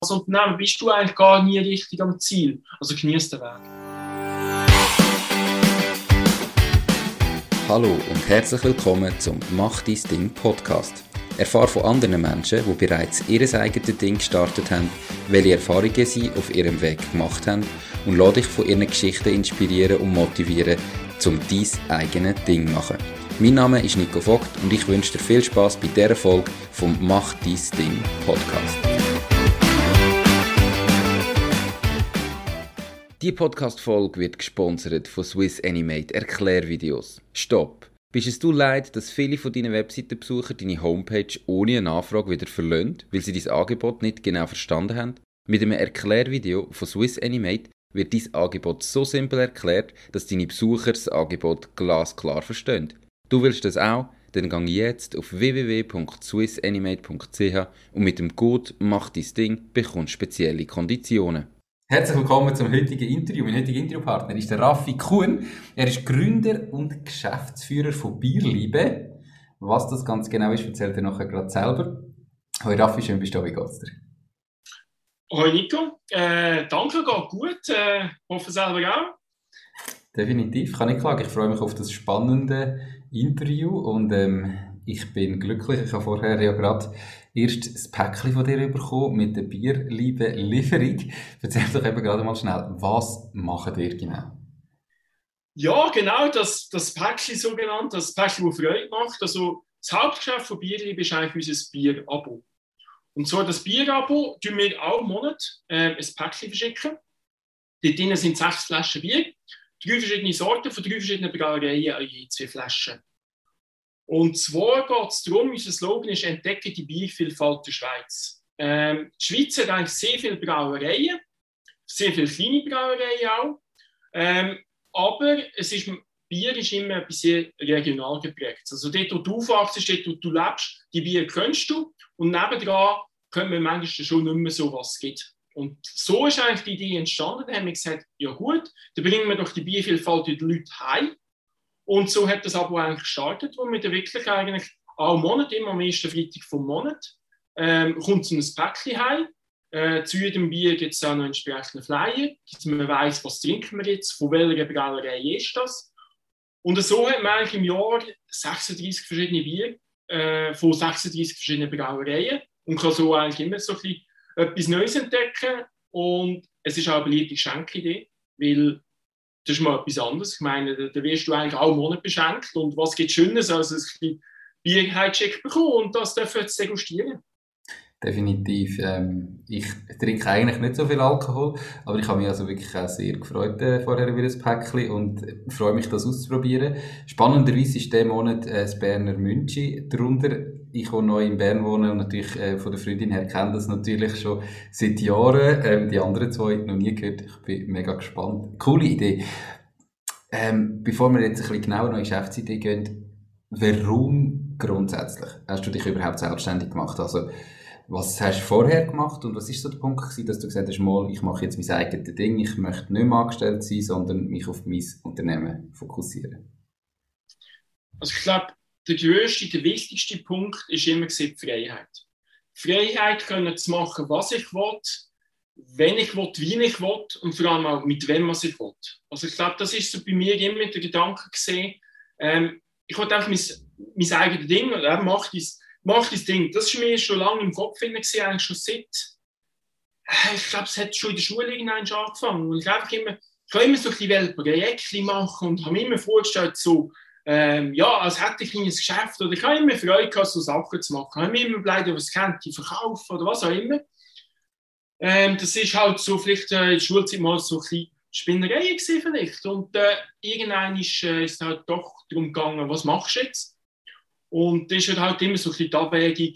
als Unternehmer bist du eigentlich gar nie richtig am Ziel. Also genieß den Weg. Hallo und herzlich willkommen zum Mach dein Ding Podcast. Erfahre von anderen Menschen, die bereits ihr eigenes Ding gestartet haben, welche Erfahrungen sie auf ihrem Weg gemacht haben und lass dich von ihren Geschichten inspirieren und motivieren, um dein eigenes Ding zu machen. Mein Name ist Nico Vogt und ich wünsche dir viel Spass bei dieser Folge vom Mach dein Ding Podcast. Die Podcast-Folge wird gesponsert von Swiss Animate Erklärvideos. Stopp! Bist es du leid, dass viele von deinen Webseitenbesuchern deine Homepage ohne eine Nachfrage wieder verlassen, weil sie dein Angebot nicht genau verstanden haben? Mit einem Erklärvideo von Swiss Animate wird dein Angebot so simpel erklärt, dass deine Besucher das Angebot glasklar verstehen. Du willst das auch? Dann geh jetzt auf www.swissanimate.ch und mit dem Code «Mach dein Ding» bekommst du spezielle Konditionen. Herzlich willkommen zum heutigen Interview. Mein heutiger Interviewpartner ist der Raffi Kuhn. Er ist Gründer und Geschäftsführer von Bierliebe. Was das ganz genau ist, erzählt er nachher gerade selber. Hoi Raffi, schön bist du da, wie geht's dir? Hoi Nico, danke, geht gut. Hoffe selber auch. Definitiv, kann ich klagen. Ich freue mich auf das spannende Interview und ich bin glücklich. Ich habe vorher ja gerade erst das Päckchen von dir bekommen mit der Bierliebe-Lieferung. Erzähl doch eben gerade mal schnell, was macht ihr genau? Ja, genau, das Päckchen sogenannt, das Päckchen, das Freude macht. Also das Hauptgeschäft von Bierliebe ist eigentlich unser Bier-Abo. Und so das Bier-Abo tun wir auch im Monat ein Päckchen verschicken. Dort drin sind 6 Flaschen Bier, 3 verschiedene Sorten von 3 verschiedenen Brauereien an je 2 Flaschen. Und zwar geht es darum, unser Slogan ist «Entdecke die Biervielfalt der Schweiz». Die Schweiz hat eigentlich sehr viele Brauereien, sehr viele kleine Brauereien auch. Aber Bier ist immer etwas sehr regional geprägt. Also dort, wo du aufwachst, dort, wo du lebst, die Bier kennst du. Und nebendran können wir manchmal schon nicht mehr so, was es gibt. Und so ist eigentlich die Idee entstanden. Da haben wir gesagt, ja gut, dann bringen wir doch die Biervielfalt den Leuten heim. Und so hat das Abo eigentlich gestartet, wo wir dann wirklich eigentlich alle Monate, immer am ersten Freitag vom Monat, kommt so ein Päckchen heim. Zu jedem Bier gibt es auch noch einen entsprechenden Flyer, dass man weiss, was trinken wir jetzt, von welcher Brauerei ist das. Und so hat man eigentlich im Jahr 36 verschiedene Bier von 36 verschiedenen Brauereien und kann so eigentlich immer so ein bisschen etwas Neues entdecken. Und es ist auch eine beliebte Geschenkidee, weil das ist mal etwas anderes. Ich meine, da wirst du eigentlich auch im Monat beschenkt. Und was gibt Schönes, als ein bisschen Bier-Check bekommen und das dürfen zu degustieren? Definitiv. Ich trinke eigentlich nicht so viel Alkohol, aber ich habe mich also wirklich auch sehr gefreut vorher über das Päckchen und freue mich, das auszuprobieren. Spannenderweise ist diesen Monat das Berner Münchi darunter. Ich, wo neu in Bern wohne und natürlich von der Freundin her kenne das natürlich schon seit Jahren. Die anderen 2 noch nie gehört. Ich bin mega gespannt. Coole Idee. Bevor wir jetzt ein bisschen genauer in die Geschäftsidee gehen, warum grundsätzlich hast du dich überhaupt selbstständig gemacht? Also, was hast du vorher gemacht und was ist so der Punkt gewesen, dass du gesagt hast, mal, ich mache jetzt mein eigenes Ding, ich möchte nicht mehr angestellt sein, sondern mich auf mein Unternehmen fokussieren? Also ich glaube, der grösste, der wichtigste Punkt ist immer die Freiheit. Freiheit können zu machen, was ich will, wenn ich will, wie ich will und vor allem auch mit wem was ich will. Also ich glaube, das ist so bei mir immer der Gedanke gesehen, ich will einfach mein eigenes Ding oder mach dein Ding. Das ist mir schon lange im Kopf gewesen, eigentlich schon seit, ich glaube, es hat schon in der Schule irgendwann angefangen. Und ich habe immer so ein bisschen Projekte machen und habe mir immer vorgestellt, so, als hätte ich ein Geschäft oder ich habe immer Freude gehabt, so Sachen zu machen. Ich habe mir immer überlegt, was kennt ich verkaufen oder was auch immer. Das ist halt so vielleicht in der Schulzeit mal so ein bisschen Spinnerei gewesen vielleicht. Und irgendwann ist es halt doch darum gegangen, was machst du jetzt? Und das ist halt immer so ein bisschen die Abwägung,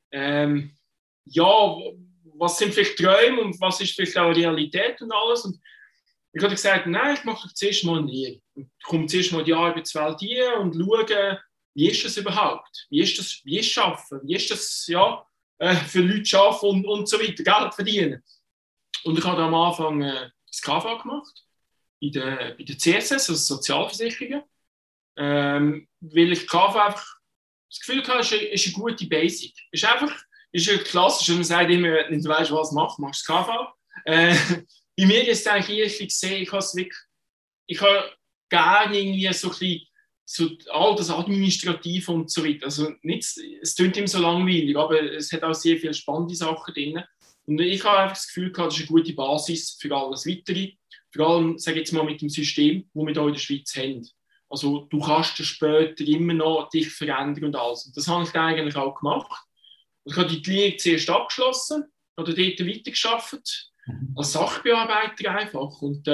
was sind vielleicht Träume und was ist vielleicht auch Realität und alles. Und ich habe gesagt, nein, ich mache zuerst mal eine Lehre. Ich komme zuerst mal in die Arbeitswelt hier und schaue, wie ist das überhaupt? Wie ist das Arbeiten? Wie ist das, für Leute arbeiten und so weiter, Geld verdienen? Und ich habe am Anfang das KV gemacht, bei der CSS, also Sozialversicherungen, weil ich KV einfach das Gefühl hatte, es ist eine gute Basic. Es ist einfach ist ja klassisch, man sagt immer, wenn du nicht weißt, was machst du KV. Bei mir ist es eigentlich ehrlich gesehen, ich habe gerne irgendwie so ein bisschen so all das Administrative und so weiter. Also nicht, es klingt immer so langweilig, aber es hat auch sehr viele spannende Sachen drin. Und ich habe einfach das Gefühl gehabt, das ist eine gute Basis für alles Weitere. Vor allem, sage ich jetzt mal, mit dem System, das wir hier in der Schweiz haben. Also du kannst später immer noch dich verändern und alles. Und das habe ich dann eigentlich auch gemacht. Und ich habe die Lehre zuerst abgeschlossen, oder dort weitergearbeitet, als Sachbearbeiter einfach. Und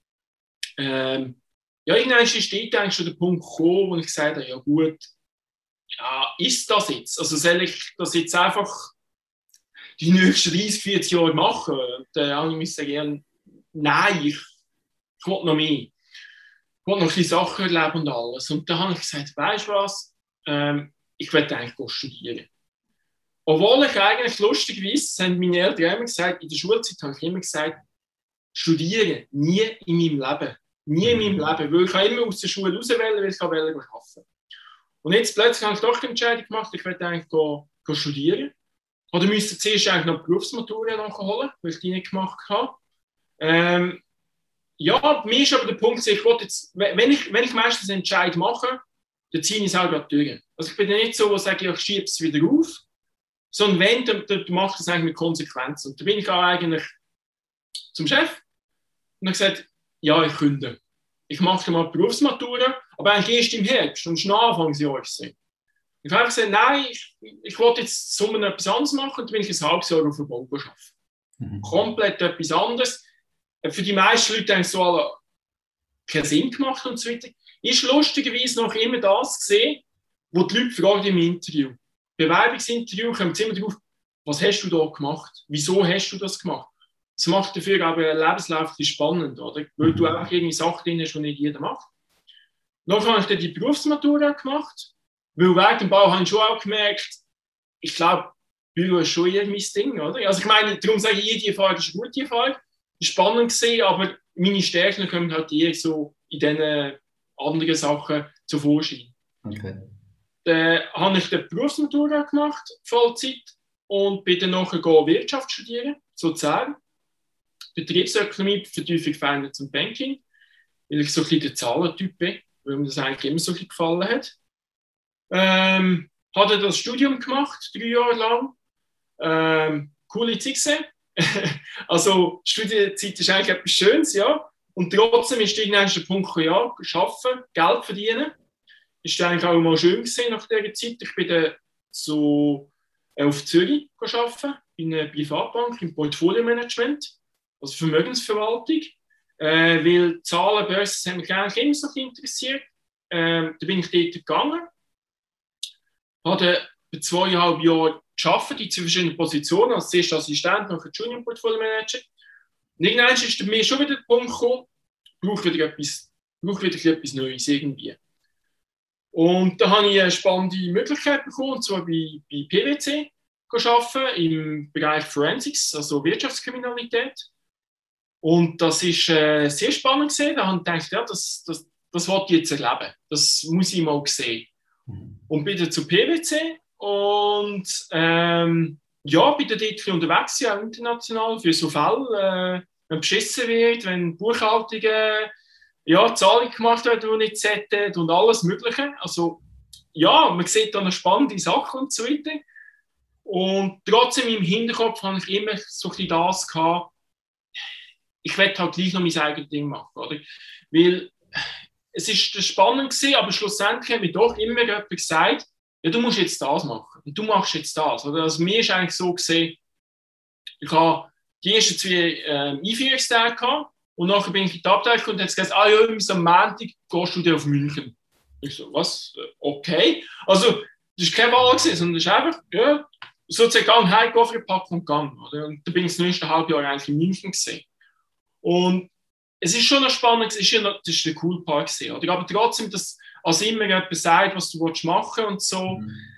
ja, irgendwann ist dort eigentlich schon der Punkt gekommen, wo ich gesagt habe, ja gut, ja, ist das jetzt? Also soll ich das jetzt einfach die nächsten 30, 40 Jahre machen? Und dann musste ich sagen, nein, ich will noch mehr. Ich will noch ein bisschen Sachen erleben und alles. Und dann habe ich gesagt, weißt du was, ich will eigentlich studieren. Obwohl ich eigentlich lustigerweise, das haben meine Eltern immer gesagt, in der Schulzeit habe ich immer gesagt, studieren, nie in meinem Leben. Nie in meinem Leben, weil ich immer aus der Schule rauswählen, weil ich arbeiten. Und jetzt plötzlich habe ich doch die Entscheidung gemacht, ich will eigentlich go studieren. Oder müsste zuerst eigentlich noch die Berufsmatura nachholen, weil ich die nicht gemacht habe. Ja, mir ist aber der Punkt, ich will jetzt, wenn ich meistens einen Entscheid mache, dann ziehe ich es auch gerade durch. Also ich bin nicht so, wo ich sage, ich schiebe es wieder auf, sondern wenn, dann mache ich es eigentlich mit Konsequenzen. Und da bin ich auch eigentlich zum Chef und habe gesagt, ja, ich kündige. Ich mache mal die Berufsmatura, aber eigentlich erst im Herbst und schon Anfangsjahr. Ich habe einfach gesagt, nein, ich wollte jetzt Sommer etwas anderes machen und dann bin ich ein halbes Jahr auf dem Bau arbeiten. Komplett etwas anderes. Für die meisten Leute haben so keinen Sinn gemacht und so weiter. Ist lustigerweise noch immer das gesehen, wo die Leute fragen im Interview. Bewerbungsinterview kommen sie immer darauf, was hast du da gemacht? Wieso hast du das gemacht? Das macht dafür aber einen Lebenslauf spannend, oder? Weil du einfach irgendwie Sachen drin hast, die nicht jeder macht. Dann habe ich dann die Berufsmatura gemacht, weil während dem Bau habe ich schon auch gemerkt, ich glaube, Büro ist schon eher mein Ding, oder? Also ich meine, darum sage ich, jede Erfahrung ist eine gute Erfahrung. Es war spannend gewesen, aber meine Stärken kommen halt eher so in diesen anderen Sachen zu Vorschein. Okay. Dann habe ich die Berufsmatura gemacht, Vollzeit, und bin dann nachher Wirtschaft studieren, Luzern. Betriebsökonomie, Vertiefung Finance und Banking, weil ich so ein bisschen der Zahlentyp bin, weil mir das eigentlich immer so ein bisschen gefallen hat. Hatte das Studium gemacht, 3 Jahre lang. Coole Zeit gesehen. Also, Studienzeit ist eigentlich etwas Schönes, ja. Und trotzdem ist irgendwann der Punkt, ja, arbeiten, Geld verdienen. Ist eigentlich auch mal schön gewesen nach dieser Zeit. Ich bin dann so auf Zürich arbeiten, in einer Privatbank, im Portfolio-Management, also Vermögensverwaltung. Weil Zahlen, Börsen haben mich eigentlich immer so interessiert. Da bin ich dort gegangen. Habe bei 2,5 Jahren gearbeitet in 2 verschiedenen Positionen, als erster Assistent, nachher Junior Portfolio Manager. Und irgendwann ist mir schon wieder der Punkt gekommen, ich brauche wieder etwas Neues irgendwie. Und da habe ich eine spannende Möglichkeit bekommen, und zwar bei PwC arbeiten, im Bereich Forensics, also Wirtschaftskriminalität. Und das ist sehr spannend gewesen. Da habe ich gedacht, ja, das wollte ich jetzt erleben. Das muss ich mal sehen. Und bin dann zu PwC und ja, bin dann dort unterwegs, ja, international, für so Fälle, wenn beschissen wird, wenn Buchhaltungen, ja, Zahlungen gemacht werden, die nicht sollten und alles Mögliche. Also, ja, man sieht da eine spannende Sache und so weiter. Und trotzdem im Hinterkopf habe ich immer so ein bisschen das gehabt, ich werde halt gleich noch mein eigenes Ding machen, oder? Weil es ist spannend gewesen, aber schlussendlich hat mir doch immer jemand gesagt, ja, du musst jetzt das machen und du machst jetzt das. Oder? Also mir ist eigentlich so gesehen, ich habe die ersten 2 Einführungstage gehabt und nachher bin ich in die Abteilung und hat gesagt, ja, am Montag gehst du dir auf München. Ich so, was? Okay. Also, das war keine Wahl gewesen, sondern das ist einfach, ja, sozusagen, hey, Koffer packen und gang. Oder? Und da bin ich das nächste Halbjahr eigentlich in München gesehen. Und es ist schon noch spannend, das ist der coole Part gewesen, oder? Aber trotzdem, dass also immer jemand sagt, was du machen willst und so.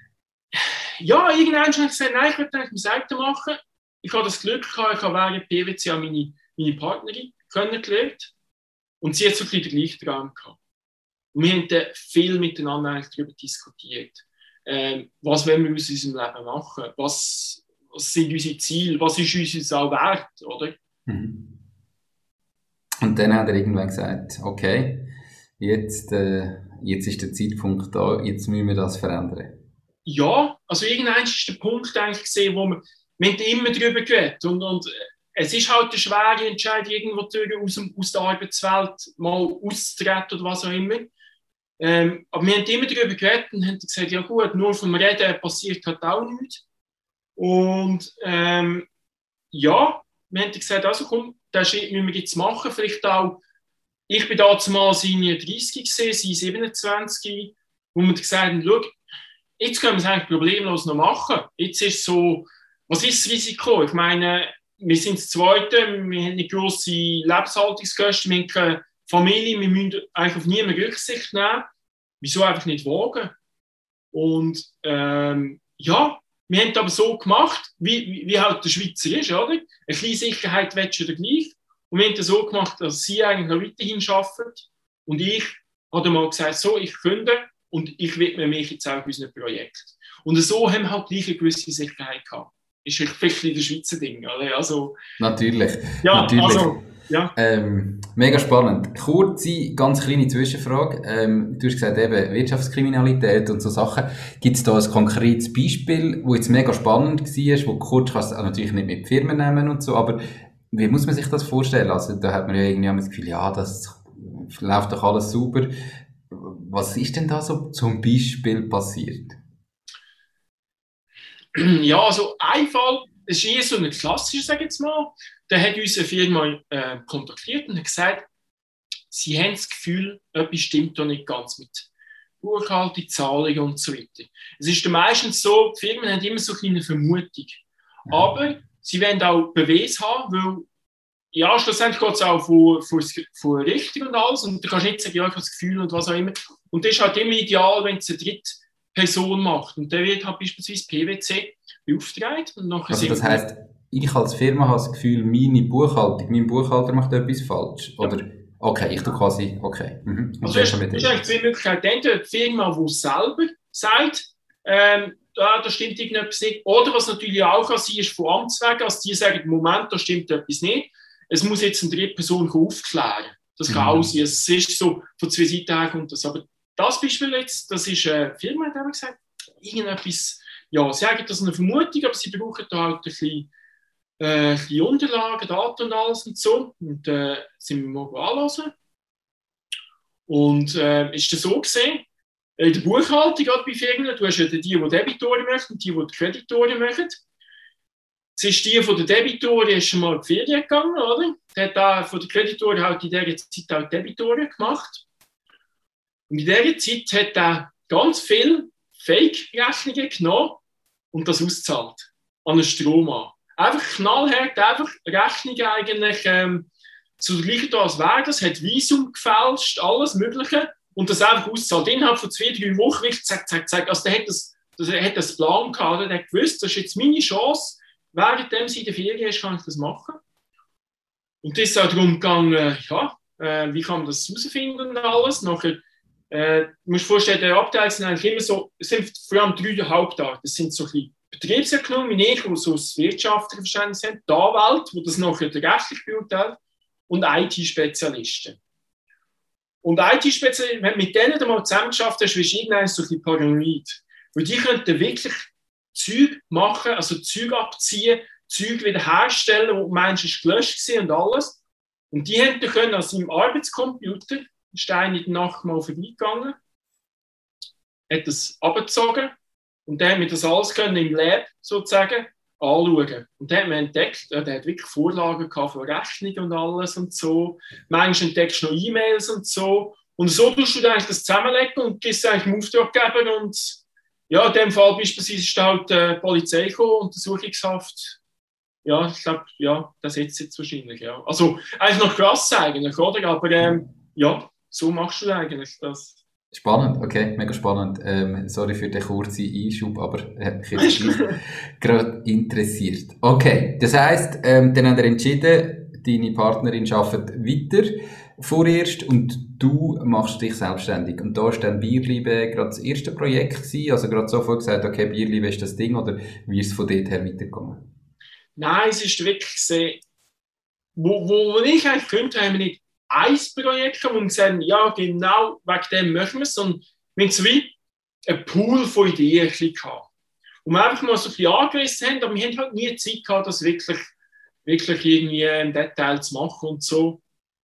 Ja, irgendwann habe ich gesagt, nein, ich möchte eigentlich mein eigenes machen. Ich habe das Glück gehabt, ich habe während PwC auch meine Partnerin kennengelernt und sie hat so ein bisschen den gleichen Traum gehabt. Und wir haben dann viel miteinander darüber diskutiert. Was wollen wir aus unserem Leben machen? Was was sind unsere Ziele, was ist uns auch wert, oder? Mhm. Und dann hat er irgendwann gesagt, okay, jetzt ist der Zeitpunkt da, jetzt müssen wir das verändern. Ja, also irgendwann ist der Punkt eigentlich gesehen, wo wir haben immer darüber geredet und es ist halt eine schwere Entscheidung, irgendwo aus der Arbeitswelt mal auszutreten oder was auch immer. Aber wir haben immer darüber geredet und haben gesagt, ja gut, nur vom Reden passiert halt auch nichts. Und ja, wir haben gesagt, also komm, den Schritt müssen wir jetzt machen. Vielleicht auch, ich bin damals seine 30 gesehen, sie 27, wo wir gesagt haben, schau, jetzt können wir es eigentlich problemlos noch machen. Jetzt ist so, was ist das Risiko? Ich meine, wir sind das Zweite, wir haben nicht grosse Lebenshaltungskosten, wir haben keine Familie, wir müssen eigentlich auf niemanden Rücksicht nehmen. Wieso einfach nicht wagen? Und ja, wir haben es aber so gemacht, wie halt der Schweizer ist, oder? Eine kleine Sicherheit willst du gleich. Und wir haben es so gemacht, dass sie eigentlich noch weiterhin arbeiten. Und ich habe mal gesagt, so, ich kündige und ich widme mich jetzt auch unserem Projekt. Und so haben wir halt gleich eine gewisse Sicherheit gehabt. Ist vielleicht ein Schweizer Ding, oder? Also, Natürlich. ja, Natürlich. also, ja. Mega spannend. Kurze, ganz kleine Zwischenfrage. Du hast gesagt, eben Wirtschaftskriminalität und so Sachen. Gibt es da ein konkretes Beispiel, wo jetzt mega spannend war, wo kurz kannst du natürlich nicht mit Firmen nehmen und so, aber wie muss man sich das vorstellen? Also da hat man ja irgendwie das Gefühl, ja, das läuft doch alles super. Was ist denn da so zum Beispiel passiert? Ja, also ein Fall, das ist eher so ein klassischer, sage ich jetzt mal, der hat unsere Firma kontaktiert und hat gesagt, sie haben das Gefühl, etwas stimmt da nicht ganz mit Buchhaltung, Zahlungen und so weiter. Es ist meistens so, die Firmen haben immer so eine kleine Vermutung. Aber sie wollen auch Beweis haben, weil ja, schlussendlich geht es auch von Richter und alles und du kannst nicht sagen, ja, ich habe das Gefühl und was auch immer. Und das ist halt immer ideal, wenn es eine dritte Person macht. Und der wird halt beispielsweise PwC beauftragt. Und also das heisst, ich als Firma habe das Gefühl, mein Buchhalter macht etwas falsch. Ja. Oder, okay, ich tue quasi, okay. Also das ist eigentlich zwei Möglichkeiten. Entweder die Firma, die selber sagt, da stimmt irgendetwas nicht. Oder was natürlich auch kann sein, ist von Amts wegen, also die sagen, Moment, da stimmt etwas nicht. Es muss jetzt eine dritte Person aufklären. Das kann auch sein. Es ist so, von zwei Seiten her kommt das. Aber das Beispiel jetzt, das ist eine Firma, die haben gesagt, irgendetwas, ja, sie haben das eine Vermutung, aber sie brauchen da halt ein bisschen Unterlagen, Daten und alles und so. Und sind wir mal anhören. Und ist das so gesehen? In der Buchhaltung, gerade bei Firmen, du hast ja die Debitoren möchten und die Kreditoren möchten. Es ist die von der Debitoren ist schon mal in die Ferien gegangen, oder? Der hat da von der Kreditoren halt in dieser Zeit auch Debitoren gemacht. Und in dieser Zeit hat er ganz viele Fake-Rechnungen genommen und das ausgezahlt. An einen Strommann. Einfach knallhart, einfach Rechnungen eigentlich so gleich da als wäre das, hat Visum gefälscht, alles Mögliche und das einfach auszahlt. Innerhalb von 2-3 Wochen, zack. Also der hat das Plan gehabt, der hat gewusst, das ist jetzt meine Chance, währenddem sie in der Ferien ist, kann ich das machen. Und das ist auch darum gegangen, wie kann man das herausfinden und alles. Nachher, du musst dir vorstellen, der Abteil sind eigentlich immer so, es sind vor allem 3 Hauptarten. Das sind so ein bisschen Betriebsökonomen, wie ich, die so das wirtschaftliche Verständnis haben, die Anwälte, die das nachher rechtlich beurteilen, und IT-Spezialisten. Und IT-Spezialisten, wenn du mit denen mal zusammengeschafft hast, wirst du irgendwann so ein bisschen paranoid. Weil die könnten wirklich Zeug machen, also Zeug abziehen, Zeug wiederherstellen, wo du meinst, ist gelöscht war und alles. Und die hätten können aus seinem Arbeitscomputer, ist der eine in der Nacht mal vorbeigegangen, hat das abgezogen und dann haben wir das alles können im Lab sozusagen anschauen. Und dann haben wir entdeckt, der hat wirklich Vorlagen gehabt von Rechnungen und alles und so. Manchmal entdeckst du noch E-Mails und so. Und so tust du eigentlich das zusammenlegen und gibst eigentlich einen Auftraggeber. Und ja, in dem Fall beispielsweise ist halt die Polizei gekommen, Untersuchungshaft. Ja, ich glaube, ja, das jetzt wahrscheinlich, ja. Also eigentlich noch krass eigentlich, oder? Aber ja, so machst du eigentlich das. Spannend, okay, mega spannend. Sorry für den kurzen Einschub, aber hat mich jetzt gerade interessiert. Okay, das heisst, dann habt ihr entschieden, deine Partnerin arbeitet weiter. vorerst und du machst dich selbstständig. Und da ist dann Bierliebe gerade das erste Projekt gewesen, also gerade sofort gesagt, okay, Bierliebe ist das Ding, oder wie ist es von dort her weitergegangen? Nein, es ist wirklich sehr, wo ich eigentlich könnte, haben wir nicht ein Projekt, wo wir sagen, ja, genau wegen dem machen wir es, sondern wir haben so wie einen Pool von Ideen gehabt. Und wir einfach mal so ein bisschen angerissen haben, aber wir haben halt nie Zeit gehabt, das wirklich irgendwie im Detail zu machen und so.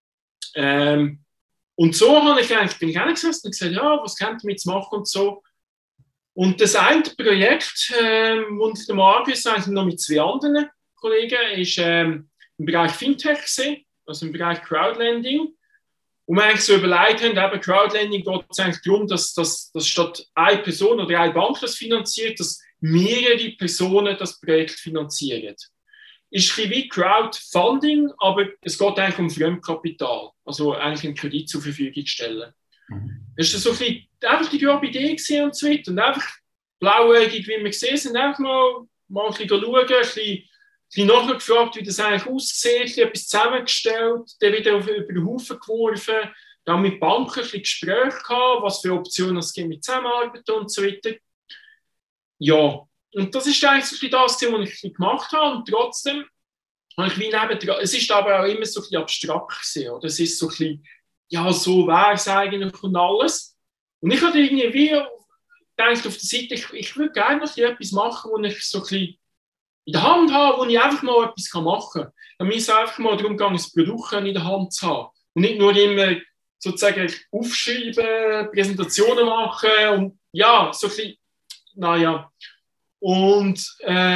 Und so bin ich auch gesessen und gesagt, ja, was könnte man jetzt machen und so. Und das eine Projekt, das ich mal angewiesen habe, noch mit 2 anderen Kollegen, ist im Bereich Fintech gesehen, also im Bereich Crowdlending. Und wir eigentlich so überlegt haben, eben Crowdlending geht es eigentlich darum, dass statt eine Person oder eine Bank das finanziert, dass mehrere Personen das Projekt finanzieren. Ist ein bisschen wie Crowdfunding, aber es geht eigentlich um Fremdkapital, also eigentlich einen Kredit zur Verfügung stellen. Das war so ein bisschen, einfach die grobe Idee und so weiter. Und einfach blauäugig, wie wir gesehen sind, einfach mal ein bisschen schauen, ein bisschen nachgefragt, wie das eigentlich aussieht, etwas zusammengestellt, dann wieder über den Haufen geworfen, dann mit Banken ein bisschen Gespräche gehabt, was für Optionen es gibt mit Zusammenarbeit und so weiter. Ja, und das ist eigentlich so ein bisschen das, was ich gemacht habe. Und trotzdem habe ich wie nebendran, es ist aber auch immer so ein bisschen abstrakt gewesen, oder? Es ist so ein bisschen, ja, so wäre es eigentlich und alles. Und ich hatte irgendwie wie gedacht auf der Seite, ich würde gerne noch etwas machen, wo ich so ein bisschen in der Hand habe, wo ich einfach mal etwas machen kann. Dann muss es einfach mal darum gehen, das Produkt in der Hand zu haben. Und nicht nur immer sozusagen aufschreiben, Präsentationen machen und ja, so ein bisschen, naja. Und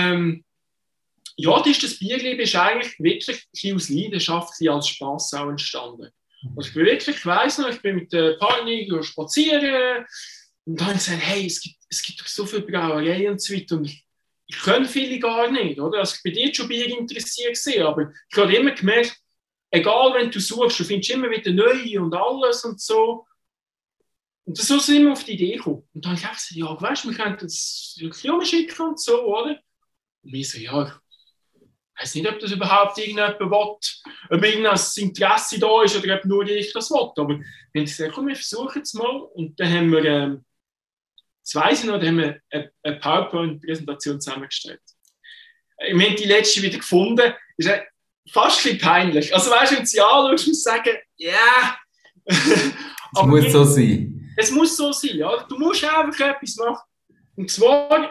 ja, das Bierliebe ist eigentlich wirklich aus Leidenschaft als Spass auch entstanden. Also ich weiss noch, ich bin mit der Partnerin spazieren und dann habe ich gesagt, hey, es gibt doch so viele Brauereien und so weiter und ich kenne viele gar nicht, oder? Also ich bin dir schon Bier interessiert gewesen, aber ich habe immer gemerkt, egal wenn du suchst, du findest immer wieder neue und alles und so. Und so sind wir auf die Idee gekommen. Und dann habe ich gesagt, ja, weißt du, wir könnten das umschicken und so, oder? Und wir so, ja, ich weiß nicht, ob das überhaupt irgendjemand will, ob irgendein Interesse da ist oder ob nur ich das will. Aber wir haben gesagt, komm, wir versuchen es mal. Und dann haben wir, das weiss ich noch, dann haben wir eine PowerPoint-Präsentation zusammengestellt. Wir haben die letzte wieder gefunden. Das ist fast ein bisschen peinlich. Also weißt du, wenn du sie anschaust und sagst, ja. Es muss so sein. Es muss so sein, ja. Du musst einfach etwas machen. Und zwar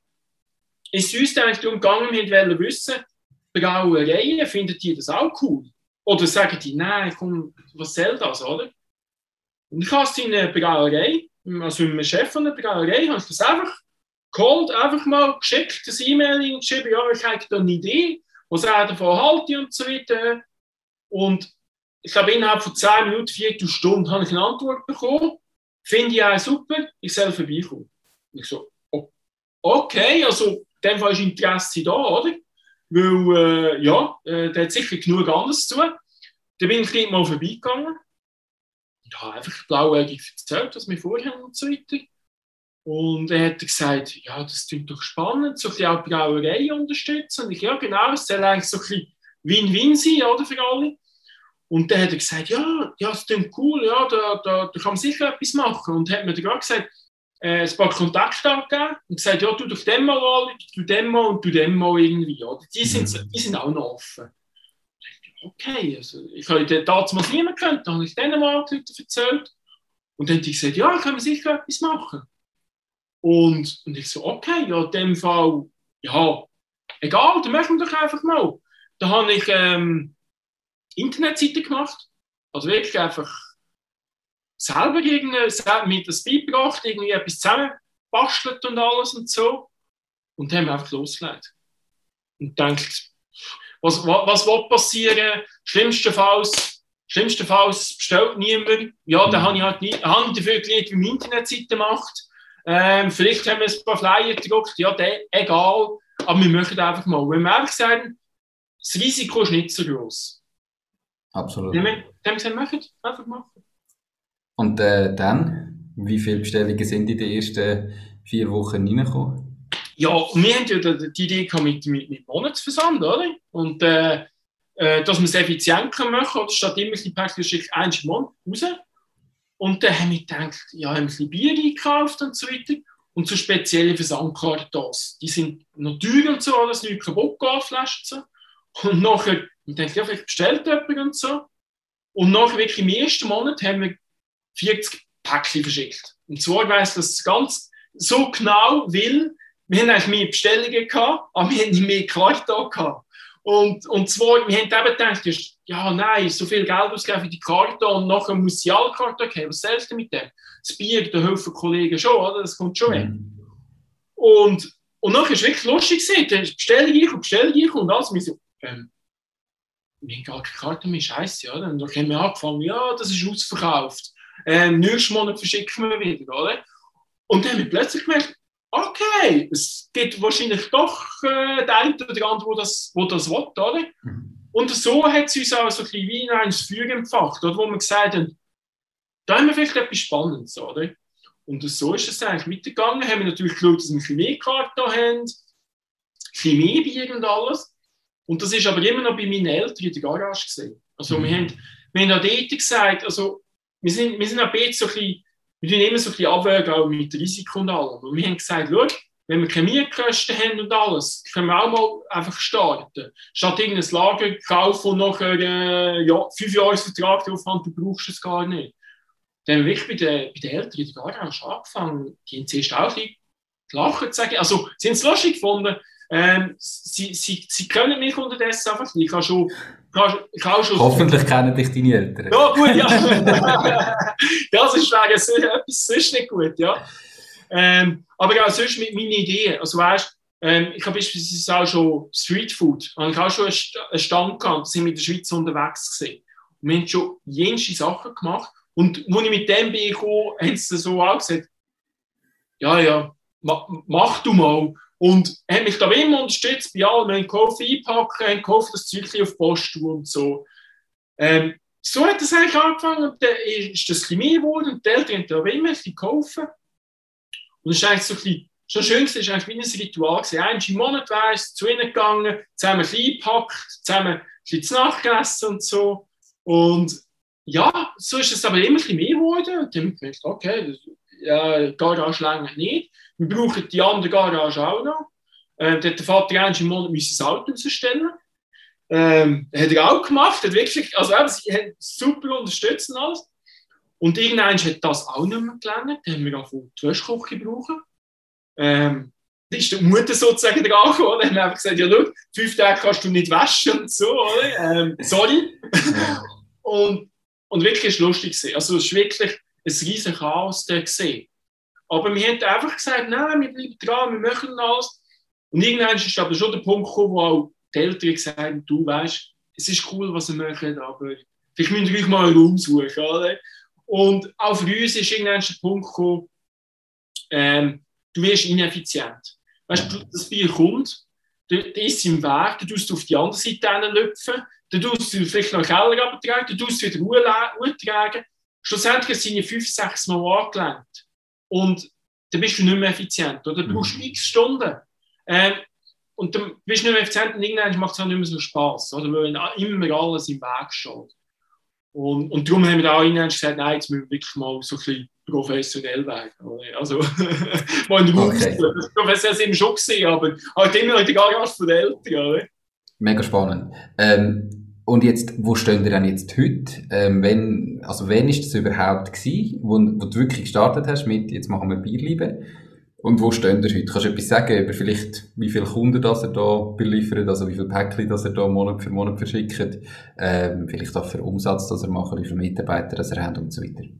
ist es uns eigentlich darum gegangen, wir wollten wissen, Brauereien, findet ihr das auch cool? Oder sagen die, nein, komm, was soll das, oder? Und ich habe es in einer Brauerei, also mit dem Chef von der Brauerei, habe ich das einfach geholt, einfach mal geschickt, das E-Mail geschrieben, ja, ich habe da eine Idee, was er davon halte und so weiter. Und ich glaube, innerhalb von 10 Minuten, 4 Stunden habe ich eine Antwort bekommen. Finde ich auch super, ich soll vorbeikommen. Und ich so, okay, also in dem Fall ist Interesse da, oder? Weil, der hat sicher genug anderes zu tun. Dann bin ich dort mal vorbeigegangen und habe einfach blauäugig erzählt, was wir vorhaben und so weiter. Und er hat gesagt, ja, das klingt doch spannend, so ein bisschen auch die Brauerei unterstützen. Und ich, ja, genau, es soll eigentlich so ein bisschen Win-Win sein, oder, für alle. Und dann hat er gesagt, ja, das klingt cool, ja, da kann man sicher etwas machen. Und hat mir dann gerade gesagt, ein paar Kontakte angegeben und gesagt, ja, tu doch dem mal an, tu dem mal und tu dem mal irgendwie. Oder? Die sind auch noch offen. Okay, also ich habe damals niemand gekannt, dann habe ich denen mal erzählt. Und dann haben die gesagt, ja, können wir sicher etwas machen. Und ich so, okay, ja, in dem Fall, ja, egal, dann machen wir doch einfach mal. Da habe ich Internetseite gemacht, also wirklich einfach selber mir das beigebracht, irgendwie etwas zusammenbastelt und alles und so. Und dann haben wir einfach losgelegt. Und denkt, was will passieren? Schlimmstenfalls bestellt niemand. Ja, dann habe ich halt nicht, habe dafür gelegt, wie man Internetseite macht. Vielleicht haben wir ein paar Flyer gedruckt, ja, egal. Aber wir möchten einfach mal. Wenn wir einfach sagen, das Risiko ist nicht so groß. Absolut. Dann haben wir gesagt, machen, einfach machen. Und dann, wie viele Bestellungen sind in den ersten 4 Wochen reingekommen? Ja, wir haben ja die Idee mit Monatsversand, oder? Und dass wir es effizient machen können, oder statt immer ein Päckchen schickt einen im Monat raus. Und dann haben wir gedacht, ja, haben wir ein bisschen Bier eingekauft und so weiter. Und so spezielle Versandkartons. Die sind noch teuer und so, dass nichts kaputt geht, Flaschen so. Und nachher, ich denke, ja, vielleicht bestellt jemand und so. Und nachher wirklich im ersten Monat haben wir 40 Päckchen verschickt. Und zwar weiss das ganz so genau, weil wir haben eigentlich mehr Bestellungen gehabt, aber wir haben nicht mehr Karton gehabt. Und zwar, wir haben eben gedacht, ja, nein, so viel Geld ausgeben für die Karte und nachher muss sie alle Karten haben. Was selbst mit dem? Das Bier, da helfen Kollegen schon, oder? Das kommt schon weg. Und nachher war es wirklich lustig gewesen. Dann Bestellung ich und alles. Wir so, wir haben gar keine Karte mehr, scheiße, oder? Und dann haben wir angefangen, ja, das ist ausverkauft. Nächsten Monat verschicken wir wieder, oder? Und dann haben wir plötzlich gemerkt, okay, es gibt wahrscheinlich doch den einen oder anderen, der das will, oder? Und so hat es uns auch so ein bisschen wie in ein Feuer empfacht, oder? Wo wir gesagt haben, da haben wir vielleicht etwas Spannendes, oder? Und so ist es eigentlich weitergegangen. Haben wir natürlich geschaut, dass wir ein bisschen mehr Karten haben, ein bisschen mehr Bier und alles. Und das ist aber immer noch bei meinen Eltern in der Garage gesehen. Also wir haben auch dort gesagt, also wir sind auch jetzt so ein bisschen, wir tun immer so ein bisschen abwägen, auch mit Risiko und allem. Und wir haben gesagt, schau, wenn wir keine Mietkosten haben und alles, können wir auch mal einfach starten. Statt irgendein Lager kaufen und nachher 5 Jahresvertrag drauf haben, du brauchst es gar nicht. Dann haben wir wirklich bei den Eltern in der Garage angefangen. Die haben zuerst auch ein bisschen gelacht, sagen. Also, sie haben es lustig gefunden. Sie können mich unterdessen einfach nicht. Ich kann schon Hoffentlich kennen dich deine Eltern. Ja, gut, ja. Ja, sonst wäre etwas sonst nicht gut, ja. Aber auch sonst mit meinen Ideen. Also weißt, ich habe beispielsweise auch schon Streetfood. Ich habe auch schon einen Stand gehabt, da sind wir in der Schweiz unterwegs gewesen. Und wir haben schon jenste Sachen gemacht. Und als ich mit dem bin gekommen, haben sie so auch gesagt, ja, mach du mal. Und haben mich da immer unterstützt bei allem. Wir haben gekauft, einpacken, haben gekauft, das Zeug auf die Post und so. So hat das eigentlich angefangen und dann ist das ein bisschen mehr geworden und die Eltern haben da immer ein bisschen geholfen. Und es ist eigentlich so ein bisschen, schon schön, es ist eigentlich wie ein Ritual gewesen. Einmal im Monat wäre es zu ihnen gegangen, zusammen ein bisschen eingepackt, zusammen ein bisschen zu Nacht gegessen und so. Und ja, so ist es aber immer ein bisschen mehr geworden. Und dann haben wir gedacht, okay, die Garage länger nicht. Wir brauchen die andere Garage auch noch. Dann hat der Vater einmal im Monat das Auto rausstellen. Hat er auch gemacht. Hat wirklich, also sie haben super unterstützt und alles. Und irgendwann hat das auch nicht mehr gelernt. Dann haben wir angefangen, die Wäschküche gebrauchen. Da ist die Mutter sozusagen dran gekommen. Dann haben wir einfach gesagt, ja, schau, 5 Tage kannst du nicht waschen und so, oder? Sorry. Und wirklich ist es lustig gewesen. Also es ist wirklich ein riesen Chaos da gesehen. Aber wir haben einfach gesagt, nein, wir bleiben dran, wir machen alles. Und irgendwann ist aber schon der Punkt gekommen, wo auch die Eltern gesagt haben, du weißt, es ist cool, was wir machen, aber vielleicht müsst ihr euch mal einen Raum suchen. Oder? Und auch für uns ist irgendwann der Punkt gekommen, du wirst ineffizient. Weißt du, das Bier kommt, der ist im Weg, du tust auf die andere Seite hinlüpfen, dann tust du vielleicht noch einen Keller abtragen, dann tust du wieder Ruhe tragen. Schlussendlich sind die 5, 6 Mal angelenkt. Und dann bist du nicht mehr effizient. Oder? Du brauchst x Stunden. Und dann bist du nicht mehr effizient und irgendwann macht es auch nicht mehr so Spass. Oder? Weil immer alles im Weg steht. Und darum haben wir da auch irgendwann gesagt, nein, jetzt müssen wir wirklich mal so ein bisschen professionell werden. Also, mal in der Okay. Das professionell sind wir schon gesehen, aber halt immer noch in der Garage von den Eltern. Oder? Mega spannend. Und jetzt, wo stehen ihr denn jetzt heute? Wann ist das überhaupt gewesen, wo du wirklich gestartet hast mit, jetzt machen wir Bierliebe? Und wo stehen ihr heute? Kannst du etwas sagen über vielleicht, wie viele Kunden das ihr da beliefert, also wie viele Päckchen das ihr da Monat für Monat verschickt, vielleicht auch für Umsatz, das ihr macht, wie viele Mitarbeiter das ihr habt und so weiter?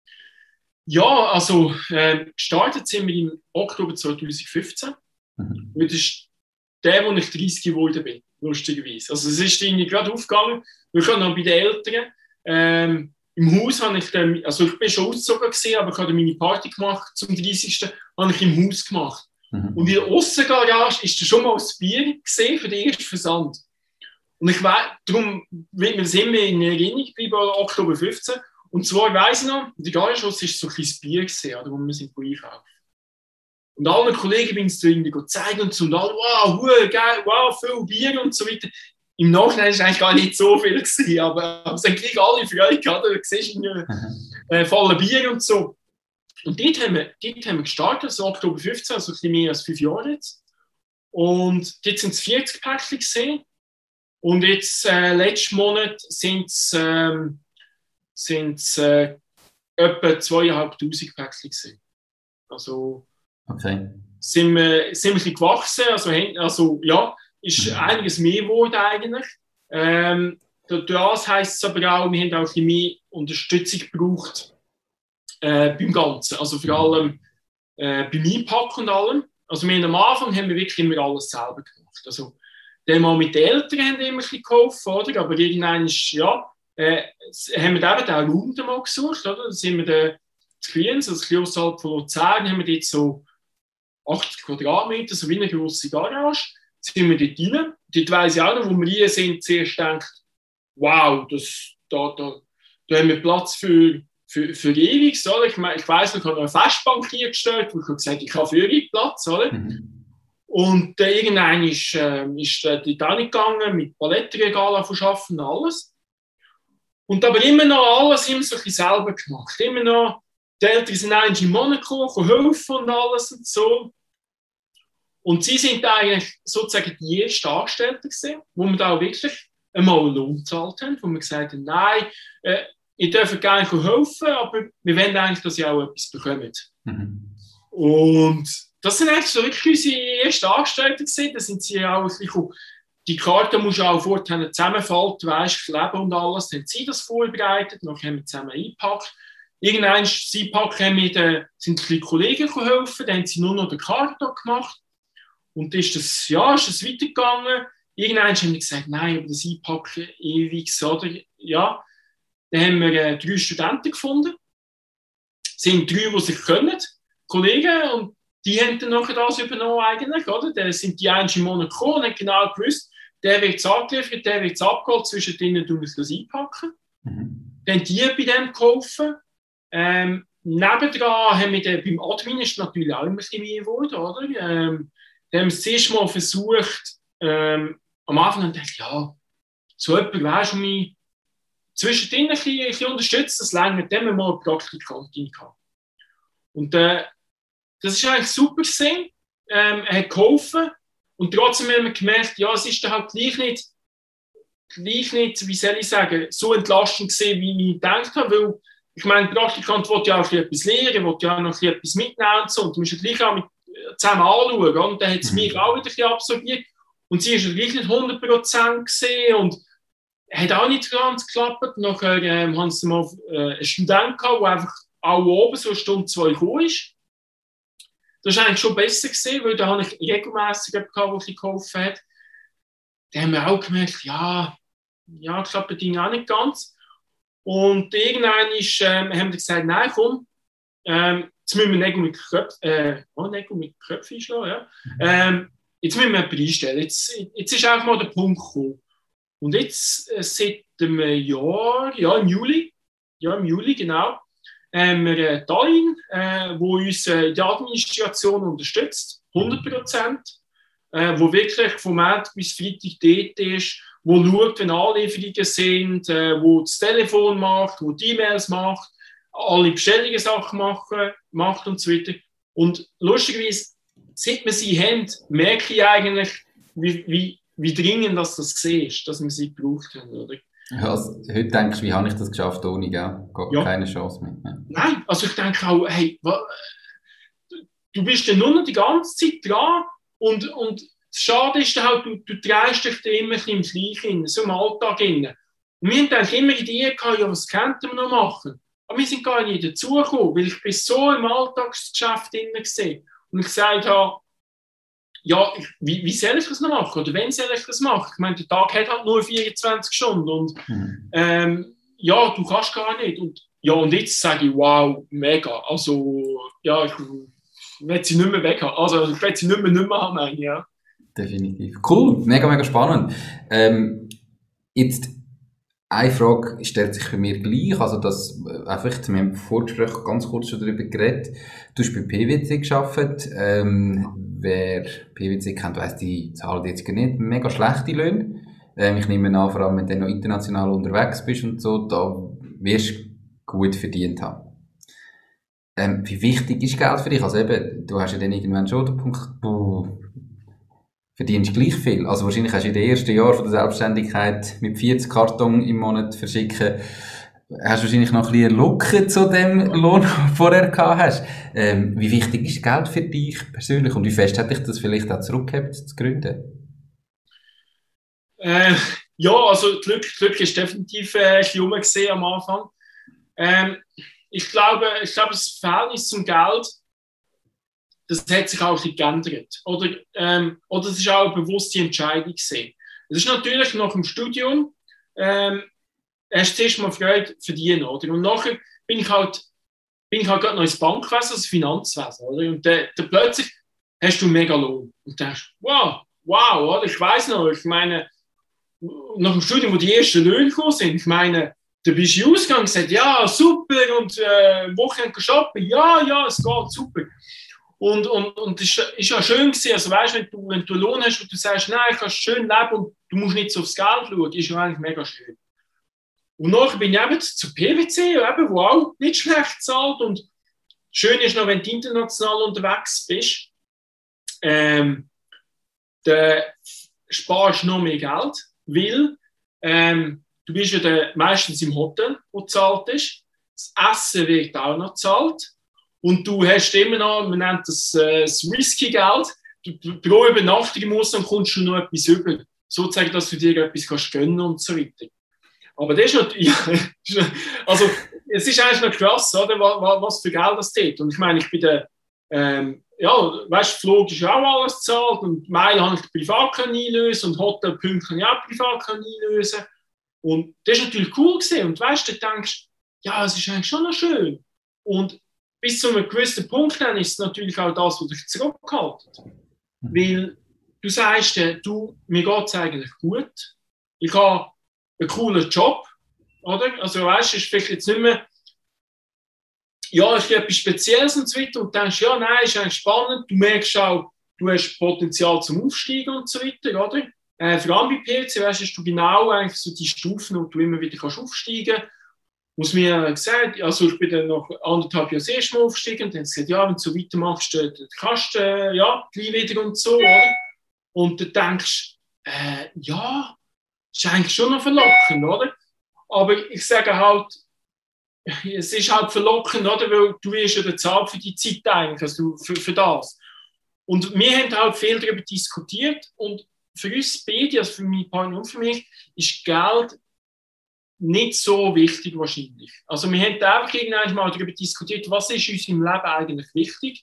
Ja, also gestartet sind wir im Oktober 2015. Und das ist der, wo ich 30 geworden bin, lustigerweise. Also es ist irgendwie gerade aufgegangen. Wir können noch bei den Eltern. Im Haus habe ich dann, also ich bin schon ausgezogen gewesen, aber ich habe meine Party gemacht zum 30. habe ich im Haus gemacht. Und in der Aussengarage ist da schon mal das Bier gesehen für den ersten Versand. Und ich weiß, darum wird mir das immer in Erinnerung bleiben, Oktober 15. Und zwar weiss ich noch, in der Garage war so ein kleines Bier gesehen, wo wir sind einkaufen. Und allen Kollegen bin ich es irgendwie zeigen und alle, wow, geil, wow, viel Bier und so weiter. im Nachhinein ist eigentlich gar nicht so viel gewesen, aber es haben gleich alle Freude gehabt, du siehst vollen Bier und so. Und dort haben wir gestartet, so Oktober 15, also ein bisschen mehr als 5 Jahre jetzt. Und dort sind es 40 Päckchen gesehen. Und jetzt, letzten Monat, sind es etwa 2500 Päckchen gesehen. Also Okay. sind wir ein bisschen gewachsen. Also ja, ist einiges mehr geworden eigentlich. Das heisst es aber auch, wir haben auch ein bisschen mehr Unterstützung gebraucht beim Ganzen. Also vor allem beim Einpacken und allem. Also am Anfang haben wir wirklich immer alles selber gemacht. Also dann mal mit den Eltern haben wir immer ein bisschen geholfen, oder? Aber irgendwann ist, ja, haben wir eben den Raum da mal gesucht, oder? Da sind wir da zu Kriens, also ein bisschen außerhalb von Luzern, haben wir dort so 80 Quadratmeter, so wie eine grosse Garage. Sind wir dort rein. Dort weiss ich auch noch, wo wir rein sind, zuerst gedacht, wow, da haben wir Platz für ewig, oder? Ich weiss noch, ich habe eine Festbank hier gestellt, wo ich gesagt habe, ich habe für ewig Platz, oder? Und irgendwann ist die da nicht gegangen, mit Palettenregalen arbeiten und alles. Und aber immer noch alles immer so ein bisschen selber gemacht. Immer noch, die Eltern sind eigentlich in Monaco, helfen und alles und so. Und sie sind eigentlich sozusagen die ersten Angestellten gewesen, wo wir da auch wirklich einmal einen Lohn gezahlt haben, wo wir gesagt haben, nein, ihr dürft gerne helfen, aber wir wollen eigentlich, dass ihr auch etwas bekommt. Und das sind eigentlich so wirklich unsere ersten Angestellten gewesen. Da sind sie auch die Karte muss auch vorher zusammenfalten, weißt, Leben und alles. Dann haben sie das vorbereitet, dann haben wir zusammen eingepackt. Irgendwann das Einpacken sind die Kollegen geholfen, dann haben sie nur noch den Karton gemacht. Und ist das weitergegangen. Irgendwann haben wir gesagt, nein, aber das Einpacken ewig, oder? Ja. Dann haben wir 3 Studenten gefunden. Es sind 3, die sich können, Kollegen, und die haben dann nachher das übernommen eigentlich, oder? Dann sind die einen in Monaco und haben genau gewusst, der wird es angeliefert, der wird es abgeholt, zwischen denen tun wir das einpacken. Dann die bei dem geholfen. Nebendran haben wir beim Admin ist natürlich auch immer ein bisschen mehr geworden, oder? Dann haben wir es zuerst mal versucht, am Anfang haben wir gedacht, ja, so jemand, weißt du, mich zwischendrin ein bisschen unterstützt, das lange mit dem wir mal eine Praktikantin gehabt. Und das ist eigentlich super gesehen. Er hat geholfen. Und trotzdem haben wir gemerkt, ja, es ist dann halt gleich nicht, wie soll ich sagen, so entlastend gesehen, wie ich gedacht habe. Weil, ich meine, der Praktikant will ja auch etwas lernen, will ja auch noch etwas mitnehmen und so. Und du musst ja gleich auch zusammen anschauen. Und dann hat es mich auch wieder ein bisschen absorbiert. Und sie ist ja gleich nicht 100% gesehen. Und hat auch nicht ganz geklappt. Nachher haben sie mal einen Student gehabt, der einfach auch oben so 1 Stunde, 2 gekommen ist. Das war eigentlich schon besser gesehen, weil da habe ich regelmässig jemanden gehabt, der geholfen hat. Da haben wir auch gemerkt, ja, klappt das Ding auch nicht ganz. Und irgendwann haben wir gesagt, nein, komm, jetzt müssen wir Nägel mit Köpfen einschlagen. Ja. Jetzt müssen wir jemanden einstellen. Jetzt ist einfach mal der Punkt gekommen. Und jetzt, seit einem Jahr, im Juli, genau, haben wir Tallinn, wo uns in der Administration unterstützt, 100%, wo wirklich vom Montag bis Freitag dort ist, wo schaut, wenn Anlieferungen sind, wo das Telefon macht, wo die E-Mails macht, alle Bestellungen Sachen macht und so weiter. Und lustigerweise, seit wir sie haben, merke ich eigentlich, wie dringend das war, dass wir sie gebraucht haben, oder? Also, heute denkst du, wie habe ich das geschafft ohne, gell? Ja. Keine Chance mehr. Ja. Nein, also ich denke auch, hey, du bist ja nur noch die ganze Zeit dran und das Schade ist halt, du drehst dich da immer im Gleichen, so im Alltag rein. Und wir haben dann immer Ideen gehabt, ja, was könnten wir noch machen? Aber wir sind gar nicht dazugekommen, weil ich bin so im Alltagsgeschäft drin war. Und ich gesagt habe, ja, wie soll ich das noch machen? Oder wann soll ich das machen? Ich meine, der Tag hat halt nur 24 Stunden und ja, du kannst gar nicht. Und jetzt sage ich, wow, mega. Also, ja, ich will sie nicht mehr weg haben. Also, ich will sie nicht mehr haben, meine ich, ja. Definitiv. Cool, mega, mega spannend. Jetzt, eine Frage stellt sich für mich gleich, also das, einfach, wir haben im Vorgespräch ganz kurz schon darüber geredet. Du hast bei PwC gearbeitet. Wer PwC kennt, weiss, die zahlen jetzt nicht mega schlechte Löhne. Ich nehme an, vor allem wenn du noch international unterwegs bist und so, da wirst du gut verdient haben. Wie wichtig ist Geld für dich? Also eben, du hast ja dann irgendwann schon den Punkt, du verdienst gleich viel. Also wahrscheinlich hast du in den ersten Jahren von der Selbstständigkeit mit 40 Karton im Monat verschicken, hast du wahrscheinlich noch ein bisschen Lücke zu dem Lohn, den du vorher gehabt hast. Wie wichtig ist Geld für dich persönlich und wie fest hat dich das vielleicht auch zurückgehabt, zu gründen? Ja, also Glück ist definitiv ein bisschen rumgesehen am Anfang. Ich glaube, das Verhältnis zum Geld, das hat sich auch ein bisschen geändert. Oder es ist auch eine bewusste Entscheidung gewesen. Es ist natürlich nach dem Studium, hast du zuerst mal Freude verdienen, oder? Und nachher bin ich halt gerade noch ins Bankwesen, also Finanzwesen, oder? Und dann plötzlich hast du einen mega Lohn. Und denkst, wow, oder? Ich weiss noch, ich meine, nach dem Studium, wo die ersten Löhne gekommen sind, ich meine, da bist du ausgegangen und gesagt, ja, super, und Wochenende shoppen, ja, es geht, super. Und das ist ja schön gewesen, also weißt, wenn du einen Lohn hast und du sagst, nein, ich kann schön leben und du musst nicht so aufs Geld schauen, ist ja eigentlich mega schön. Und nachher bin ich eben zu PwC, eben, wo auch nicht schlecht zahlt. Und schön ist noch, wenn du international unterwegs bist, dann sparst du noch mehr Geld, weil du bist ja dann meistens im Hotel, wo gezahlt ist. Das Essen wird auch noch gezahlt. Und du hast immer noch, man nennt das Whisky-Geld. Pro Übernachtung im Ausland kommst du noch etwas über. Sozusagen, dass du dir etwas kannst gönnen und so weiter. Aber das ist natürlich, also es ist eigentlich noch krass, oder, was für Geld das geht. Und ich meine, ich bin der, weißt du, Flug ist ja auch alles gezahlt und Mail habe ich privat einlösen und Hotelpunkte kann ich auch privat einlösen. Und das ist natürlich cool gewesen. Und weißt du, du denkst, ja, es ist eigentlich schon noch schön. Und bis zu einem gewissen Punkt dann ist es natürlich auch das, was dich zurückhaltet. Weil du sagst, mir geht es eigentlich gut. Ich habe einen coolen Job, oder? Also weißt du, ist vielleicht jetzt nicht mehr, ja, ich habe etwas Spezielles und so weiter und denkst, ja, nein, ist eigentlich spannend. Du merkst auch, du hast Potenzial zum Aufsteigen und so weiter, oder? Vor allem bei PwC, weißt du, hast du genau eigentlich so die Stufen, wo du immer wieder kannst aufsteigen kannst. Muss mir gesagt, also ich bin dann nach 1,5 Jahren das erste Mal aufgestiegen und dann gesagt, ja, wenn du so weitermachst, dann kannst du, gleich wieder und so, oder? Und dann denkst ja, ist eigentlich schon noch verlockend, oder? Aber ich sage halt, es ist halt verlockend, oder? Weil du wirst ja bezahlt für die Zeit eigentlich, also für das. Und wir haben halt viel darüber diskutiert und für uns beide, also für meine Partner und für mich, ist Geld nicht so wichtig wahrscheinlich. Also wir haben einfach irgendwann mal darüber diskutiert, was ist uns im Leben eigentlich wichtig.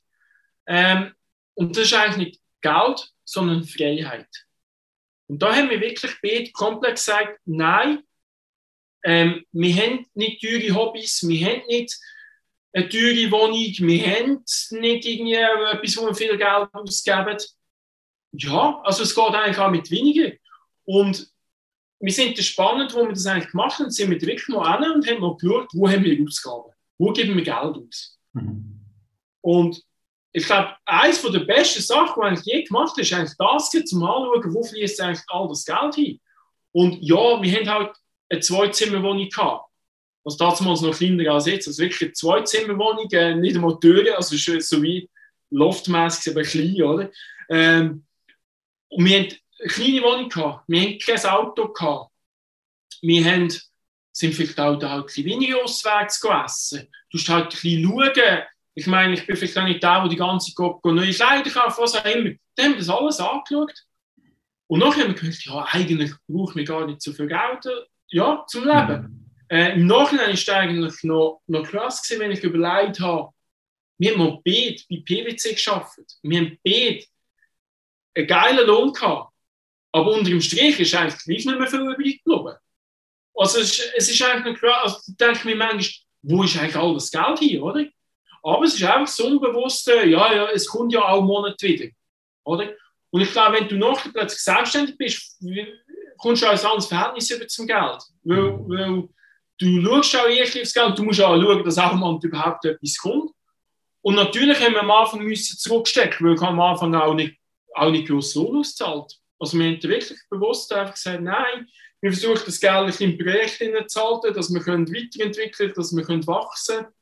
Und das ist eigentlich nicht Geld, sondern Freiheit. Und da haben wir wirklich beide komplett gesagt, nein, wir haben nicht teure Hobbys, wir haben nicht eine teure Wohnung, wir haben nicht irgendwie etwas, wo wir viel Geld ausgeben. Ja, also es geht eigentlich auch mit weniger. Und wir sind das spannend, wo wir das eigentlich gemacht haben, sind wir wirklich mal hin und haben mal geschaut, wo haben wir Ausgaben, wo geben wir Geld aus. Mhm. Und ich glaube, eines der besten Sachen, die ich je gemacht habe, ist eigentlich das, zum Anschauen, wo fließt eigentlich all das Geld hin. Und ja, wir haben halt eine Zweizimmerwohnung gehabt. Was damals noch kleiner als jetzt. Also wirklich eine Zweizimmerwohnung, nicht einmal Türen, also so wie loftmäßig, aber klein, oder? Und wir haben eine kleine Wohnung gehabt. Wir haben kein Auto gehabt. Wir sind vielleicht auch da ein bisschen weniger auswärts gegessen. Du musst halt ein bisschen schauen. Ich meine, ich bin vielleicht auch nicht der, der die ganze Zeit neue Kleider kauft, was auch immer. Dann haben wir das alles angeschaut. Und nachher haben wir gedacht, ja, eigentlich brauchen wir gar nicht so viel Geld zum Leben. Im Nachhinein war es eigentlich noch krass gewesen, wenn ich überlegt habe, wir haben mal beide bei PwC gearbeitet. Wir haben beide einen geilen Lohn gehabt. Aber unter dem Strich ist eigentlich gleich nicht mehr viel übrig geblieben. Also es ist eigentlich noch krass, also da denke ich mir manchmal, wo ist eigentlich all das Geld hier, oder? Aber es ist einfach so unbewusst, es kommt ja auch Monat wieder, oder? Und ich glaube, wenn du nachher plötzlich selbstständig bist, kommst du auch ein anderes Verhältnis über zum Geld. Weil du schaust auch ehrlich aufs Geld, du musst auch schauen, dass auch mal überhaupt etwas kommt. Und natürlich haben wir am Anfang zurückstecken, weil ich am Anfang auch nicht gross Lohn ausgezahlt. Also wir haben wirklich bewusst einfach gesagt, nein, wir versuchen das Geld ein bisschen im Projekt zu halten, dass wir weiterentwickeln können, dass wir wachsen können.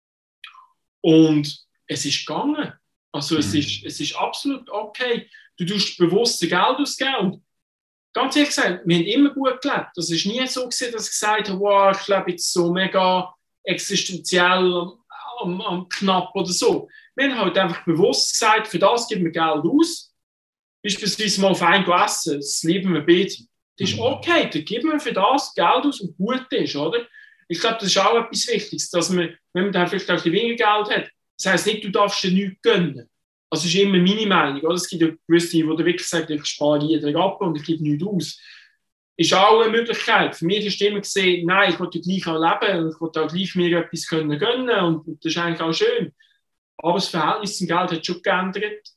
Und es ist gegangen. Also es ist absolut okay. Du tust bewusst Geld ausgeben. Und ganz ehrlich gesagt, wir haben immer gut gelebt. Das ist nie so gewesen, dass ich gesagt habe, wow, ich lebe jetzt so mega existenziell am knapp oder so. Wir haben halt einfach bewusst gesagt, für das geben wir Geld aus. Beispielsweise mal auf ein essen, das lieben wir beide. Das ist okay, dann geben wir für das Geld aus und gut ist, oder? Ich glaube, das ist auch etwas Wichtiges, dass man, wenn man dann vielleicht auch weniger Geld hat, das heisst nicht, du darfst dir nichts gönnen. Also das ist immer meine Meinung, oder? Es gibt ja gewisse, die wirklich sagen, ich spare jeden ab und ich gebe nichts aus. Ist auch eine Möglichkeit. Für mich ist immer gesehen, nein, ich will ja gleich auch leben und ich will auch gleich mir etwas gönnen und das ist eigentlich auch schön. Aber das Verhältnis zum Geld hat schon geändert.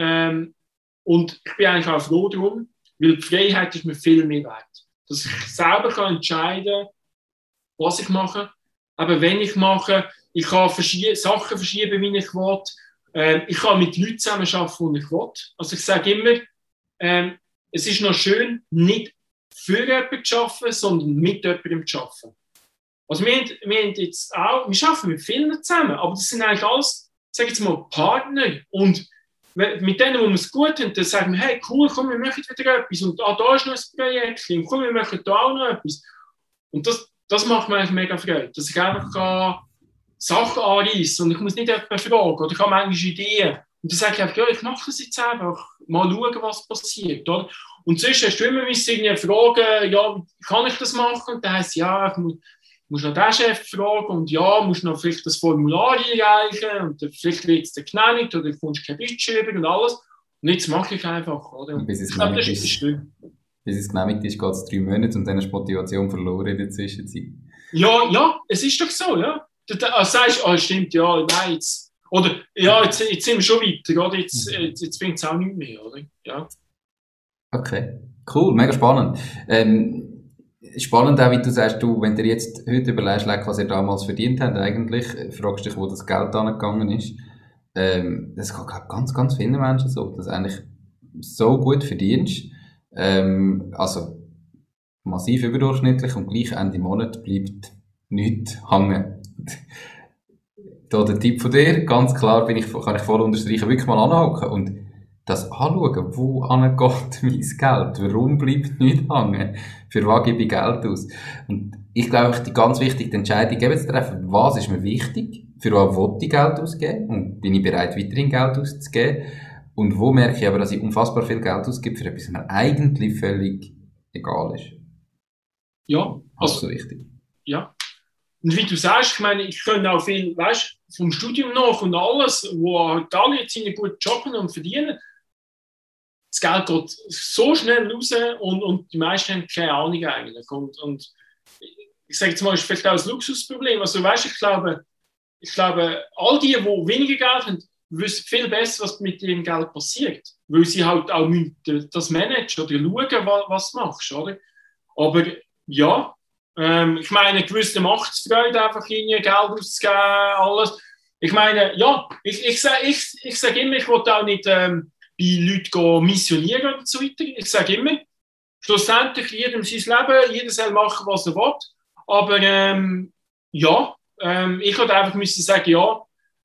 Und ich bin eigentlich auch froh darum, weil die Freiheit ist mir viel mehr wert. Dass ich selber entscheiden kann, was ich mache, aber wenn ich mache, ich kann Sachen verschieben, wie ich will. Ich kann mit Leuten zusammenarbeiten, die ich will. Also ich sage immer, es ist noch schön, nicht für jemanden zu arbeiten, sondern mit jemandem zu arbeiten. Also wir haben jetzt auch, wir arbeiten mit vielen zusammen, aber das sind eigentlich alles, sage ich jetzt mal, Partner. Und mit denen, wo wir es gut haben, dann sagen wir, hey, cool, komm, wir machen wieder etwas. Und da ist noch ein Projekt. Und komm, wir machen da auch noch etwas. Und das macht mir eigentlich mega Freude, dass ich einfach Sachen anreissen und ich muss nicht jemanden fragen oder ich habe manchmal Ideen. Und dann sage ich einfach, ja, ich mache das jetzt einfach, mal schauen, was passiert. Oder? Und sonst hast du immer irgendwie fragen, ja, kann ich das machen? Und dann heisst es, ja, ich muss noch den Chef fragen und ja, musst noch vielleicht das Formular einreichen und dann vielleicht wird es dann genehmigt oder du kommst kein Budget über und alles. Und jetzt mache ich einfach. Oder? Und bis es genehmigt ist, geht es 3 Monate und dann hast du Motivation verloren in der Zwischenzeit. Ja, es ist doch so, ja. Du sagst, stimmt, ja, nein, jetzt, oder ja, jetzt sind wir schon weiter, oder? Jetzt bringt es auch nicht mehr, oder? Ja. Okay, cool, mega spannend. Spannend auch, wie du sagst, wenn du jetzt heute überlegst, was ihr damals verdient habt, eigentlich, fragst dich, wo das Geld angegangen ist. Das geht, glaube ganz, ganz vielen Menschen so, dass du eigentlich so gut verdienst, also massiv überdurchschnittlich und gleich Ende Monat bleibt nichts hängen. Da der Tipp von dir, ganz klar kann ich voll unterstreichen, wirklich mal anhalten und das anschauen, wo geht mein Geld, warum bleibt nichts hängen, für was gebe ich Geld aus. Und ich glaube, die ganz wichtige Entscheidung eben zu treffen, was ist mir wichtig, für was will ich Geld ausgeben und bin ich bereit, weiterhin Geld auszugeben und wo merke ich aber, dass ich unfassbar viel Geld ausgebe für etwas, was mir eigentlich völlig egal ist. Ja, also wichtig. Ja. Und wie du sagst, ich meine, ich kann auch viel, weißt, vom Studium noch und alles, wo halt alle jetzt einen guten Job haben und verdienen. Das Geld geht so schnell raus und die meisten haben keine Ahnung eigentlich. Und ich sage jetzt mal, ist vielleicht auch ein Luxusproblem. Also weißt, ich glaube, all die weniger Geld haben, wissen viel besser, was mit ihrem Geld passiert. Weil sie halt auch das managen oder schauen, was du machst. Oder? Aber ja, ich meine, gewisse Machtsfreude, einfach in Geld auszugeben, alles. Ich meine, ja, ich sage immer, ich will auch nicht bei Leuten missionieren oder so weiter. Ich sage immer, schlussendlich jedem sein Leben, jeder soll machen, was er will. Aber ja, ich würde einfach müssen sagen, ja,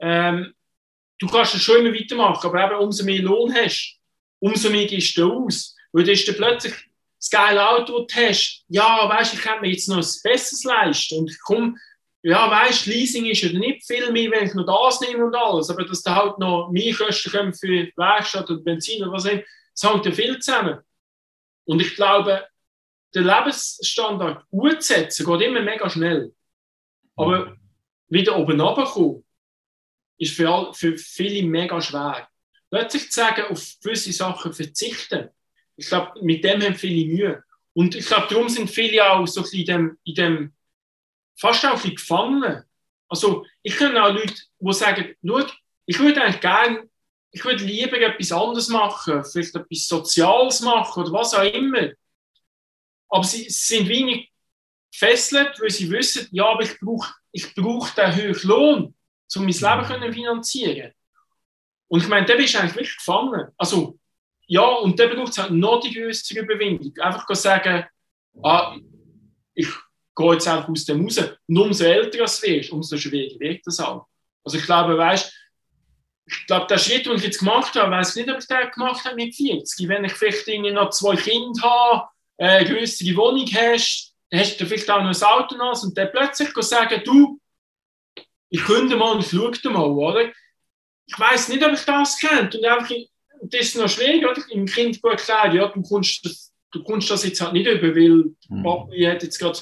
du kannst es schon immer weitermachen, aber eben, umso mehr Lohn hast, umso mehr gibst du aus. Weil dann ist dann plötzlich das geile Auto, das du hast, ja, weißt du, ich kann mir jetzt noch ein besseres leisten. Und komm, ja, weißt du, Leasing ist ja nicht viel mehr, wenn ich noch das nehme und alles. Aber dass da halt noch mehr Kosten kommen für Werkstatt oder Benzin oder was auch immer, das hängt ja viel zusammen. Und ich glaube, den Lebensstandard gut zu setzen, geht immer mega schnell. Aber wieder oben runterkommen, ist für viele mega schwer. Plötzlich zu sagen, auf gewisse Sachen verzichten, ich glaube, mit dem haben viele Mühe. Und ich glaube, darum sind viele auch so in dem fast auch ein bisschen gefangen. Also, ich kenne auch Leute, die sagen, schau, ich würde eigentlich gerne, ich würde lieber etwas anderes machen, vielleicht etwas Soziales machen oder was auch immer. Aber sie sind wenig gefesselt, weil sie wissen, ja, aber ich brauche den hohen Lohn, um mein Leben zu finanzieren. Und ich meine, da bist du eigentlich wirklich gefangen. Also, ja, und dann braucht es halt noch die größere Überwindung. Einfach sagen, ich gehe jetzt einfach aus dem raus. Und umso älter du wirst, umso schwieriger wird das auch. Also ich glaube, der Schritt, den ich jetzt gemacht habe, weiß nicht, ob ich den gemacht habe mit 40. Wenn ich vielleicht noch 2 Kinder habe, eine größere Wohnung hast, dann hast du vielleicht auch noch ein Auto und dann plötzlich sagen, du, ich könnte mal und schaue mal, oder? Ich weiss nicht, ob ich das könnte. Und einfach, das ist noch schwierig, oder? Im Kind gut erklären, ja, du kommst das jetzt halt nicht über, weil Papi hat jetzt gerade,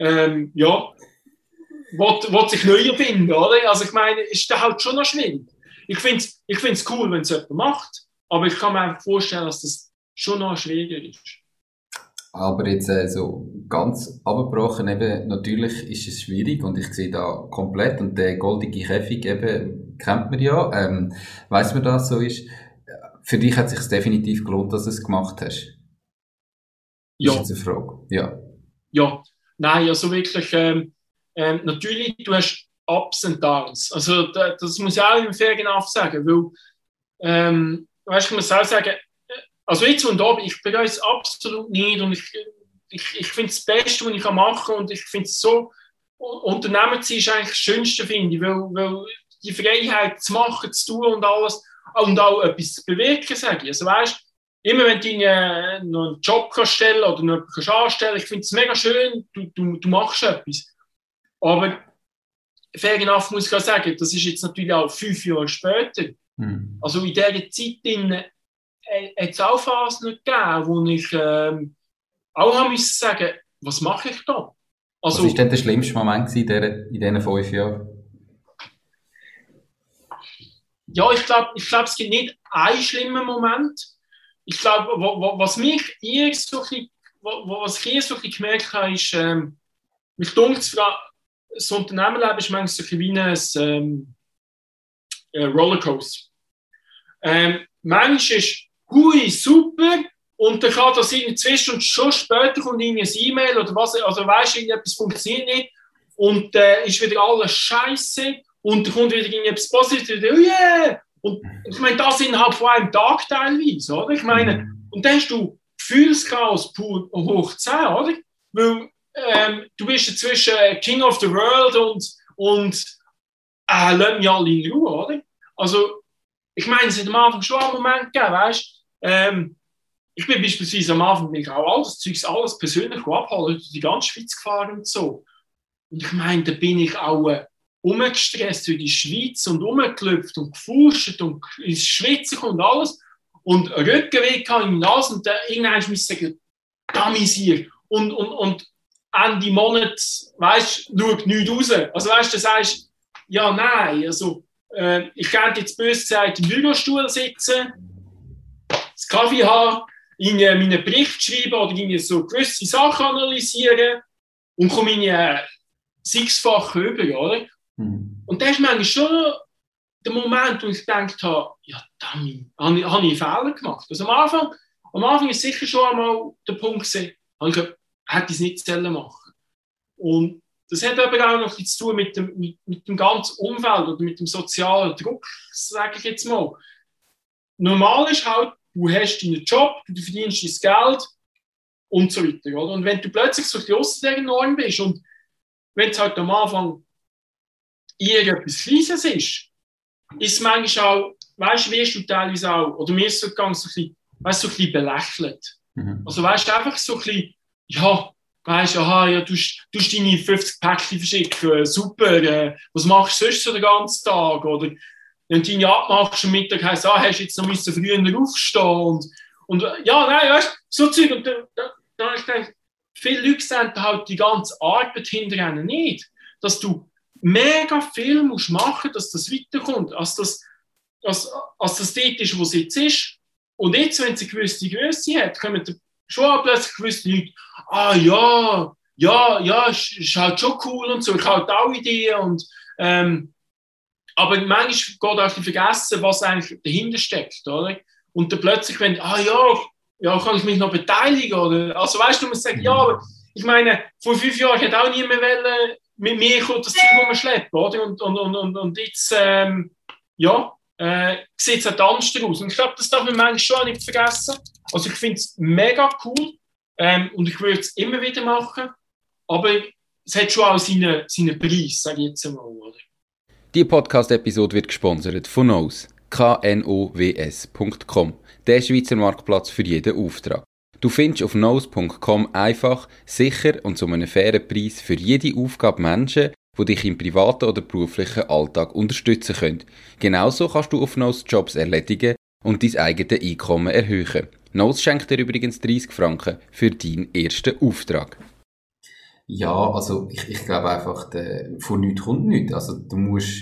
will sich neu erfinden, oder? Also ich meine, ist das halt schon noch schwierig. Ich finde es cool, wenn es jemand macht, aber ich kann mir einfach vorstellen, dass das schon noch schwieriger ist. Aber jetzt so ganz abgebrochen, eben, natürlich ist es schwierig und ich sehe da komplett, und der goldige Käfig eben, kennt man ja, weiss man, dass so ist. Für dich hat es sich definitiv gelohnt, dass du es gemacht hast. Ja. Ist jetzt eine Frage. Ja. Ja. Nein, also wirklich, natürlich, du hast Ups und Downs. Also das muss ich auch im Ferienhaft sagen, weil, weißt du, ich muss auch sagen, also jetzt und da, ich bereue es absolut nicht und ich finde es das Beste, was ich machen kann und ich finde es so, Unternehmer zu sein ist eigentlich das Schönste, finde ich, weil die Freiheit zu machen, zu tun und alles und auch etwas zu bewirken, sage ich. Also weißt, immer wenn du noch einen Job kannst stellen oder noch etwas anstellen kannst, ich finde es mega schön, du machst etwas. Aber Ferienhaft muss ich auch sagen, das ist jetzt natürlich auch 5 Jahre später. Also in dieser Zeit hat es auch Phasen gegeben, wo ich auch haben müssen sagen, was mache ich da? Also, was war denn der schlimmste Moment in diesen 5 Jahren? Ja, ich glaube, es gibt nicht einen schlimmen Moment. Ich glaube, was ich eher so ein bisschen gemerkt habe, ist, mich dunkt, das Unternehmerleben ist manchmal so ein bisschen wie ein Rollercoaster. Manchmal ist hui, super, und dann kann das irgendwie zwischen und schon später kommt irgendwie ein E-Mail oder was, also weißt du, etwas funktioniert nicht und ist wieder alles scheiße und dann kommt wieder etwas Positives, oh yeah! Und ich meine, das innerhalb von einem Tag teilweise, oder? Ich meine, und dann hast du Gefühlschaos pur hoch 10, oder? Weil du bist zwischen King of the World und lass mich alle in Ruhe, oder? Also, ich meine, es hat am Anfang schon einen Moment gegeben, weißt du? Ich bin beispielsweise am Anfang auch all das Zeugs alles persönlich abholen, durch die ganze Schweiz gefahren und so. Und ich meine, da bin ich auch umgestresst durch die Schweiz und umgelüpft und gefuscht und ins Schwitzen und alles. Und einen Rückenweg hatte ich in Nase und irgendwann musste ich sagen, damisier. Und Ende Monat, weißt du, schaut nichts raus. Also weißt du, sagst, ja, nein, also ich könnte jetzt böse gesagt im Bürostuhl sitzen, das Kaffee haben, meinen Bericht schreiben oder so gewisse Sachen analysieren und komme in 6-fach über, oder? Und das ist manchmal schon der Moment, wo ich gedacht habe, ja, damit habe ich einen Fehler gemacht. Also am Anfang ist sicher schon einmal der Punkt gewesen, hätte ich es nicht machen. Und das hat aber auch noch zu tun mit dem ganzen Umfeld oder mit dem sozialen Druck, sage ich jetzt mal. Normal ist halt, du hast deinen Job, du verdienst dein Geld und so weiter. Oder? Und wenn du plötzlich so aus dieser Norm bist und wenn es halt am Anfang irgendetwas Kleines ist es manchmal auch, weißt du, wirst du teilweise auch, oder mir ist es so ein bisschen belächelt. Also weißt du, einfach so ein bisschen, ja, weißt du, aha, ja, du hast deine 50 Päckchen verschicken, super, was machst du sonst so den ganzen Tag? Oder wenn du deine abmachst am Mittag, heisst hast du jetzt noch früher aufstehen und ja, nein, weißt du, so Zeug. Und da ich denke, viele Leute sehen halt die ganze Arbeit hinterher nicht, dass du mega viel musst machen, dass das weiterkommt, als das dort ist, wo es jetzt ist. Und jetzt, wenn es eine gewisse Größe hat, kommen schon plötzlich gewisse Leute, ja, ist halt schon cool und so, ich habe halt auch Ideen und aber manchmal geht auch vergessen, was eigentlich dahinter steckt, oder? Und dann plötzlich, wenn, ja, kann ich mich noch beteiligen, oder? Also weißt du, man sagt, ja, aber ich meine, vor 5 Jahren hätte auch niemand mit mir das Zeug rumschleppen, oder? Und jetzt, ja, sieht es halt anders aus. Und ich glaube, das darf man manchmal schon auch nicht vergessen. Also ich finde es mega cool und ich würde es immer wieder machen, aber es hat schon auch seinen Preis, sage ich jetzt einmal. Oder? Die Podcast-Episode wird gesponsert von Knows, knows.com, der Schweizer Marktplatz für jeden Auftrag. Du findest auf knows.com einfach, sicher und zu einem fairen Preis für jede Aufgabe Menschen, die dich im privaten oder beruflichen Alltag unterstützen können. Genauso kannst du auf Knows Jobs erledigen und dein eigenes Einkommen erhöhen. Knows schenkt dir übrigens 30 Franken für deinen ersten Auftrag. Ja, also ich glaube einfach, von nichts kommt nichts. Also du musst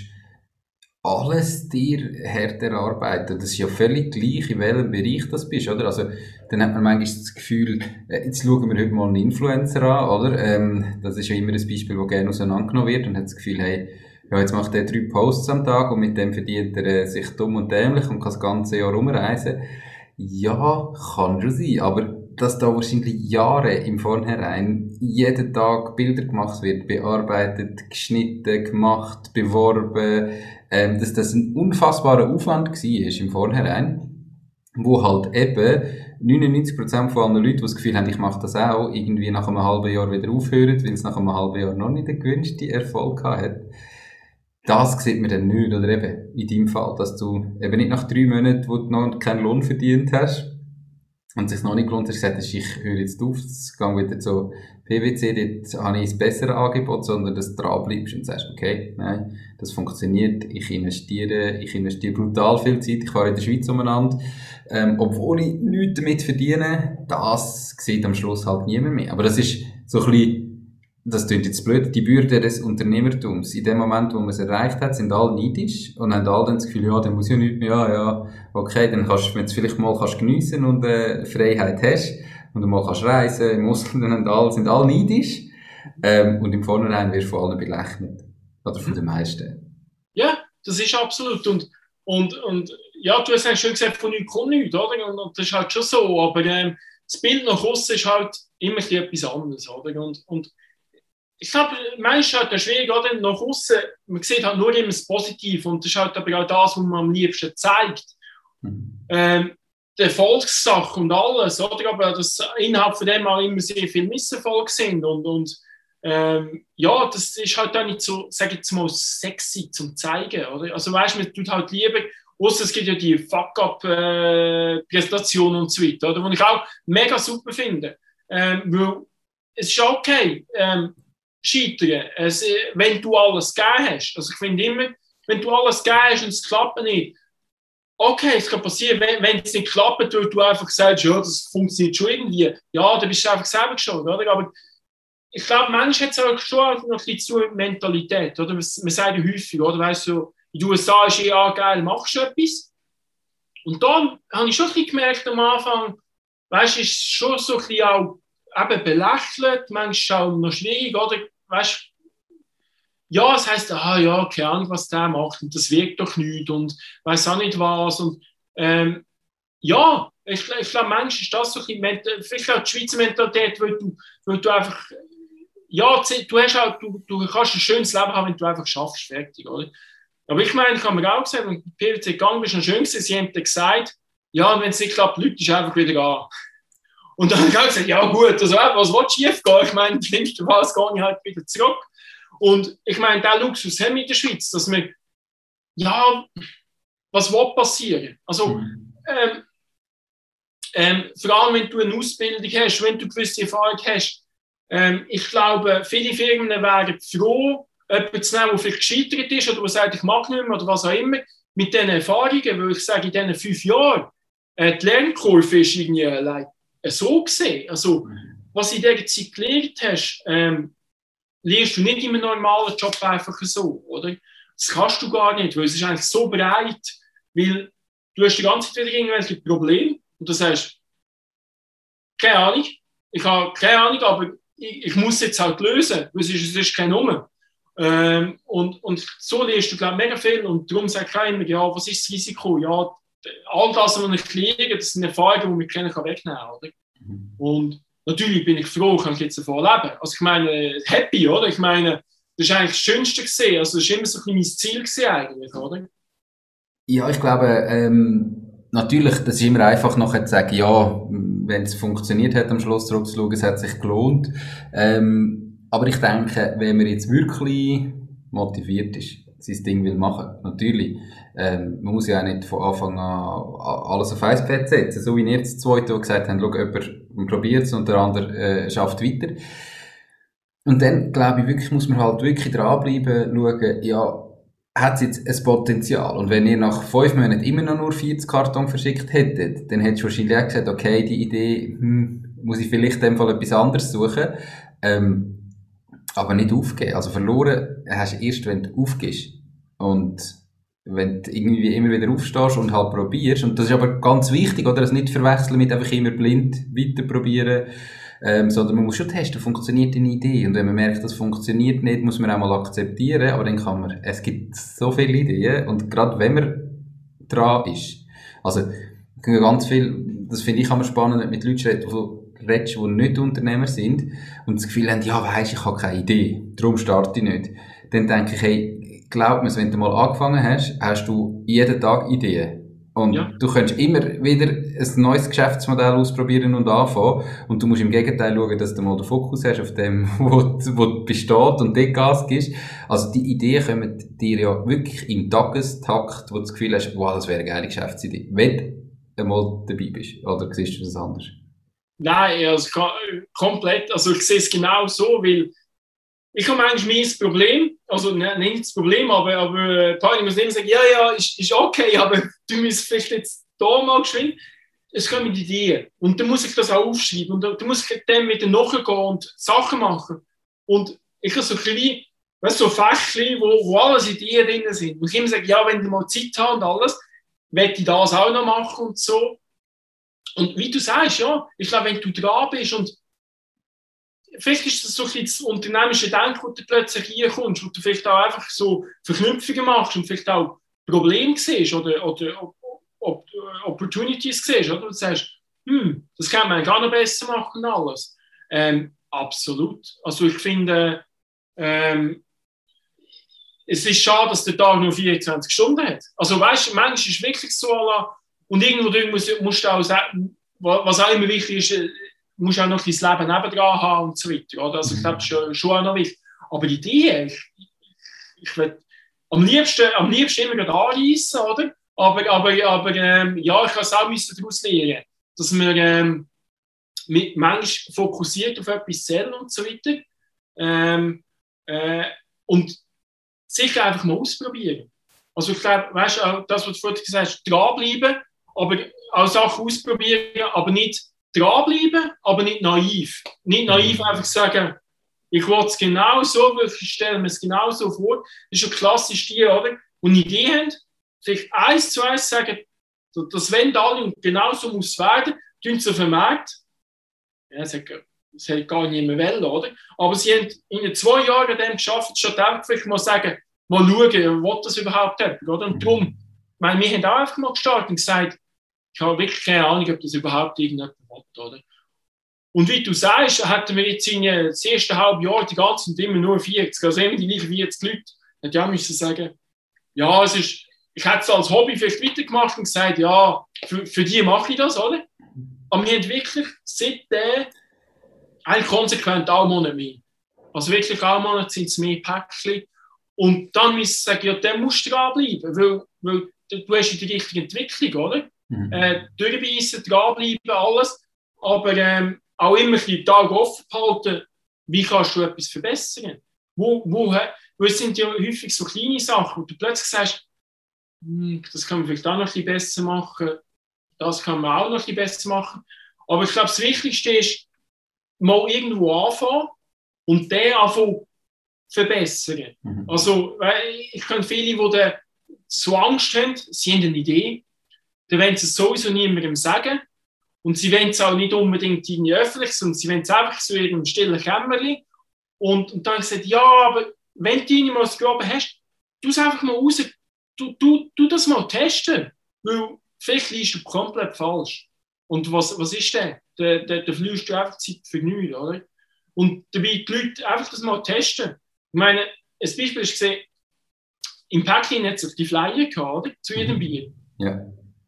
alles dir hart erarbeiten. Das ist ja völlig gleich, in welchem Bereich das bist, oder? Also dann hat man manchmal das Gefühl, jetzt schauen wir heute mal einen Influencer an, oder? Das ist ja immer ein Beispiel, das gerne auseinandergenommen wird und hat das Gefühl, hey, ja, jetzt macht er 3 Posts am Tag und mit dem verdient er sich dumm und dämlich und kann das ganze Jahr rumreisen. Ja, kann schon sein, aber dass da wahrscheinlich Jahre im Vornherein jeden Tag Bilder gemacht wird, bearbeitet, geschnitten, gemacht, beworben, dass das ein unfassbarer Aufwand war im Vornherein, wo halt eben 99% von allen Leuten, die das Gefühl haben, ich mache das auch, irgendwie nach einem halben Jahr wieder aufhören, weil es nach einem halben Jahr noch nicht den gewünschten Erfolg hat. Das sieht man dann nicht, oder eben in deinem Fall, dass du eben nicht nach 3 Monaten, wo du noch keinen Lohn verdient hast und es sich noch nicht gelohnt hast, gesagt hast, ich höre jetzt auf, es geht wieder zu PwC, dort habe ich ein besseres Angebot, sondern dass du dranbleibst und sagst, okay, nein, das funktioniert, ich investiere brutal viel Zeit, ich fahre in der Schweiz umeinander, obwohl ich nichts damit verdiene, das sieht am Schluss halt niemand mehr. Aber das ist so ein bisschen, das klingt jetzt blöd, die Bürde des Unternehmertums. In dem Moment, wo man es erreicht hat, sind alle neidisch und haben alle dann das Gefühl, ja, dann muss ja nichts mehr, ja, okay, dann kannst du, wenn du es vielleicht mal geniessen und Freiheit hast und du mal kannst reisen im Ausland, dann sind alle neidisch und im Vornherein wirst du von allen belächelt. Oder von den meisten. Ja, das ist absolut. Und ja, du hast ja schon gesagt, von nichts kommt nichts, oder? Und das ist halt schon so, aber das Bild nach außen ist halt immer etwas anderes, oder? Und ich glaube, manchmal ist halt schwierig, oder? Nach außen, man sieht halt nur immer das Positive und das ist halt aber auch das, was man am liebsten zeigt. Die Erfolgssache und alles, oder? Aber dass innerhalb von dem auch immer sehr viele Misserfolge sind und ja, das ist halt auch nicht so, sag ich jetzt mal, sexy zum zeigen, oder? Also weißt du, man tut halt lieber, ausser es gibt ja die Fuck-up-Präsentationen und so weiter, oder? Die ich auch mega super finde. Weil es ist okay, scheitern, wenn du alles gegeben hast. Also ich finde immer, wenn du alles gegeben hast und es klappt nicht, okay, es kann passieren, wenn es nicht klappt, weil du einfach sagst, ja, das funktioniert schon irgendwie, ja, dann bist du einfach selber schon, oder? Aber ich glaube, Mensch hat es auch schon noch ein bisschen zu Mentalität, oder? Man sagt ja häufig, oder? Weißt du, in den USA ist geil, machst du etwas. Und da habe ich schon ein bisschen gemerkt am Anfang, weißt du, ist schon so ein bisschen auch eben belächelt, manchmal auch noch schwierig, oder? Weißt, ja, es heisst, ja, keine Ahnung, was der macht und das wirkt doch nicht und weiß auch nicht was. Und ja, ich glaube, manchmal ist das so ein bisschen, vielleicht auch die Schweizer Mentalität, weil du einfach, ja, du kannst ein schönes Leben haben, wenn du einfach schaffst, fertig, oder? Aber ich meine, ich habe mir auch gesagt, wenn du PwC gegangen bist, noch schön gewesen, sie haben gesagt, ja, und wenn es nicht klappt, Leute, ist einfach wieder an. Und dann habe ich auch gesagt, ja gut, also was will schief gehen? Ich meine, schlimmste Fall gehe ich halt wieder zurück. Und ich meine, der Luxus haben wir in der Schweiz, dass wir, ja, was will passieren? Also, vor allem, wenn du eine Ausbildung hast, wenn du gewisse Erfahrung hast, ich glaube, viele Firmen wären froh, jemanden zu nehmen, der vielleicht gescheitert ist oder der sagt, ich mag nicht mehr oder was auch immer, mit diesen Erfahrungen, weil ich sage, in diesen 5 Jahren, die Lernkurve ist irgendwie so gesehen. Also, was du in dieser Zeit gelernt hast, lernst du nicht in einem normalen Job einfach so, oder? Das kannst du gar nicht, weil es ist eigentlich so breit, weil du hast die ganze Zeit wieder irgendwelche Probleme und du sagst, keine Ahnung, ich habe keine Ahnung, aber ich muss es jetzt halt lösen, weil es ist keine Nummer. Und so lernst du, glaube ich, mega viel und darum sagt keiner, ja, was ist das Risiko? Ja, all das, was ich lerne, das sind Erfahrungen, die mich keiner wegnehmen kann, oder? Und natürlich bin ich froh, kann ich jetzt davon leben. Also ich meine, happy, oder? Ich meine, das ist eigentlich das Schönste gesehen. Also das war immer so ein bisschen mein Ziel gewesen, eigentlich, oder? Ja, ich glaube, natürlich, das ist immer einfach nachher zu sagen, ja, wenn es funktioniert hat, am Schluss zurückzuschauen, es hat sich gelohnt. Aber ich denke, wenn man jetzt wirklich motiviert ist, sein Ding will machen, natürlich, man muss ja auch nicht von Anfang an alles auf ein Pferd setzen, so wie ihr jetzt zwei gesagt habt, schau, jemand probiert es und der andere schafft weiter. Und dann, glaube ich, wirklich, muss man halt wirklich dranbleiben, schauen, ja, hat es jetzt ein Potenzial? Und wenn ihr nach 5 Monaten immer noch nur 40 Karton verschickt hättet, dann hättest du wahrscheinlich auch gesagt, okay, die Idee, muss ich vielleicht in dem Fall etwas anderes suchen. Aber nicht aufgeben. Also verloren hast du erst, wenn du aufgibst. Und wenn du irgendwie immer wieder aufstehst und halt probierst. Und das ist aber ganz wichtig, oder? Das nicht verwechseln mit einfach immer blind weiter probieren. Sondern man muss schon testen, funktioniert eine Idee. Und wenn man merkt, das funktioniert nicht, muss man auch mal akzeptieren. Aber dann kann man, es gibt so viele Ideen. Und gerade wenn man dran ist. Also, ganz viel, das finde ich immer spannend, wenn mit Leuten redest, die nicht Unternehmer sind und das Gefühl haben, ja, weisst, ich habe keine Idee, darum starte ich nicht. Dann denke ich, hey, glaub mir, wenn du mal angefangen hast, hast du jeden Tag Ideen. Und Ja. du kannst immer wieder ein neues Geschäftsmodell ausprobieren und anfangen. Und du musst im Gegenteil schauen, dass du mal den Fokus hast auf dem, wo besteht und dort Gas gibst. Also die Ideen kommen dir ja wirklich im Tagestakt, wo du das Gefühl hast, wow, das wäre eine geile Geschäftsidee. Wenn du einmal dabei bist. Oder siehst du das anders? Nein, also komplett. Also ich sehe es genau so, weil ich habe eigentlich mein Problem, also nicht das Problem, aber Paul, ich muss nicht sagen, ja, ist okay, aber du musst vielleicht jetzt da mal geschwind. Es kommen Ideen und dann muss ich das auch aufschreiben und dann muss ich dann wieder nachgehen und Sachen machen. Und ich habe so ein bisschen, weißt, so Fächchen, wo alles Ideen drin sind. Und ich immer sage, ja, wenn du mal Zeit hast und alles, möchte ich das auch noch machen und so. Und wie du sagst, ja, ich glaube, wenn du dran bist und vielleicht ist das so ein bisschen das unternehmerische Denken, wo du plötzlich reinkommst, wo du vielleicht auch einfach so Verknüpfungen machst und vielleicht auch Probleme siehst oder Opportunities siehst, oder? Und du sagst, das kann man gar noch besser machen und alles. Absolut. Also ich finde, es ist schade, dass der Tag nur 24 Stunden hat. Also weißt du, manchmal ist es wirklich so, und irgendwo musst du auch sagen, was auch immer wichtig ist, musst du auch noch dein Leben nebendran haben und so weiter. Oder? Also ich glaube, das ist schon auch noch wichtig. Aber die Idee, ich will am liebsten immer gerade anreissen, oder? Aber ja, ich kann es auch daraus lernen, dass man manchmal fokussiert auf etwas selber und so weiter. Und sicher einfach mal ausprobieren. Also ich glaube, weißt du, das, was du vorhin gesagt hast, dranbleiben, aber auch Sachen ausprobieren, aber nicht dranbleiben, aber nicht naiv. Nicht naiv einfach sagen, ich will es genau so, ich stelle mir es genau so vor. Das ist schon klassisch die, oder? Und eine Idee haben, vielleicht 1:1 sagen, das wollen alle und genau so muss es werden, tun sie auf den Markt. Ja, das hat gar niemand wollen, oder? Aber sie haben in 2 Jahren an dem geschafft, statt einfach vielleicht mal sagen, mal schauen, was das überhaupt hat, oder? Und darum, ich meine, wir haben auch einfach mal gestartet und gesagt, ich habe wirklich keine Ahnung, ob das überhaupt irgendjemand will, oder? Und wie du sagst, hatten wir jetzt in das erste halbe Jahr die ganzen immer nur 40, also immer die gleichen 40 Leute. Und ja, müssen sagen, ja, ich hätte es als Hobby vielleicht weitergemacht und gesagt, ja, für die mache ich das, oder? Aber wir haben wirklich seitdem eigentlich konsequent alle Monate mehr. Also wirklich alle Monate sind es mehr Päckchen. Und dann müssen sie sagen, ja, dann musst du dranbleiben, weil du hast ja die richtige Entwicklung, oder? Durchbeissen, dranbleiben, alles. Aber auch immer die Tage offen behalten, wie kannst du etwas verbessern? Wo es sind ja häufig so kleine Sachen, wo du plötzlich sagst, das kann man vielleicht auch noch ein bisschen besser machen, das kann man auch noch ein bisschen besser machen. Aber ich glaube, das Wichtigste ist, mal irgendwo anfangen und den anfangen verbessern. Also, ich kenne viele, die so Angst haben, sie haben eine Idee, dann wollen sie es sowieso niemandem sagen und sie wollen es auch nicht unbedingt irgendwie öffentlich, sondern sie wollen es einfach so in einem stillen Kämmerchen. Und dann habe ich gesagt, ja, aber wenn du ihn mal ausgegraben hast, tu es einfach mal raus, tu das mal testen, weil vielleicht liegst du komplett falsch. Und was ist der? Da verlierst du einfach Zeit für nichts, oder? Und dabei die Leute einfach das mal testen. Ich meine, ein Beispiel ist gesehen, im Päckchen hat es die Flyer gehabt, oder? Zu jedem Bier. Ja.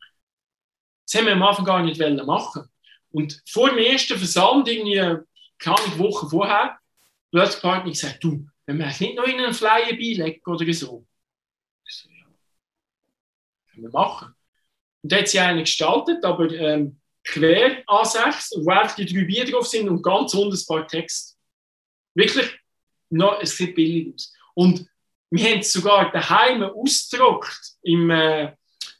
Das haben wir am Anfang gar nicht machen. Und vor dem ersten Versand, irgendwie, keine Ahnung, Wochen vorher, plötzlich die Partner gesagt, du, wenn wir nicht noch in einen Flyer beilegen oder so. Ich so, ja, können wir machen. Und dann hat sie einen gestaltet, aber quer A6, wo einfach die 3 Bier drauf sind und ganz unten ein paar Texte. Wirklich, no, es sieht billig aus. Und wir haben es sogar daheim ausgedruckt. Und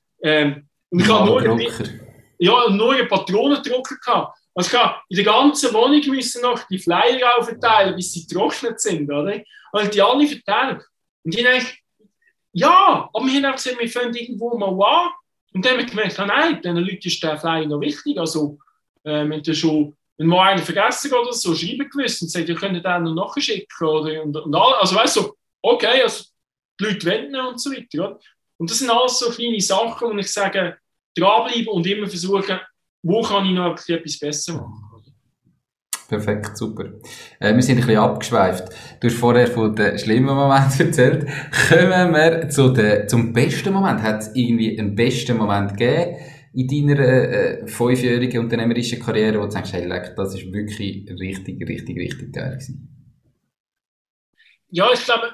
ich habe nur einen Patronendrucker gehabt. Also ich habe in der ganzen Wohnung müssen noch die Flyer aufteilen, bis sie getrocknet sind. Oder? Und die alle verteilen. Und ich dachte, ja, aber wir haben auch gesagt, wir fangen irgendwo mal an. Und dann haben wir gemerkt, nein, diesen Leuten ist der Flyer noch wichtig. Also, wenn mal einer vergessen oder so, schreiben gewusst und sagt, ihr könnt den noch nachschicken. Oder, und also weißt du, okay, also die Leute wenden und so weiter. Oder? Und das sind alles so kleine Sachen, wo ich sage, dranbleiben und immer versuchen, wo kann ich noch etwas besser machen. Perfekt, super. Wir sind ein bisschen abgeschweift. Du hast vorher von den schlimmen Momenten erzählt. Kommen wir zum besten Moment. Hat es irgendwie einen besten Moment gegeben in deiner 5-jährigen unternehmerischen Karriere, wo du sagst, hey, leck, das ist wirklich richtig, richtig, richtig geil gewesen? Ja, ich glaube,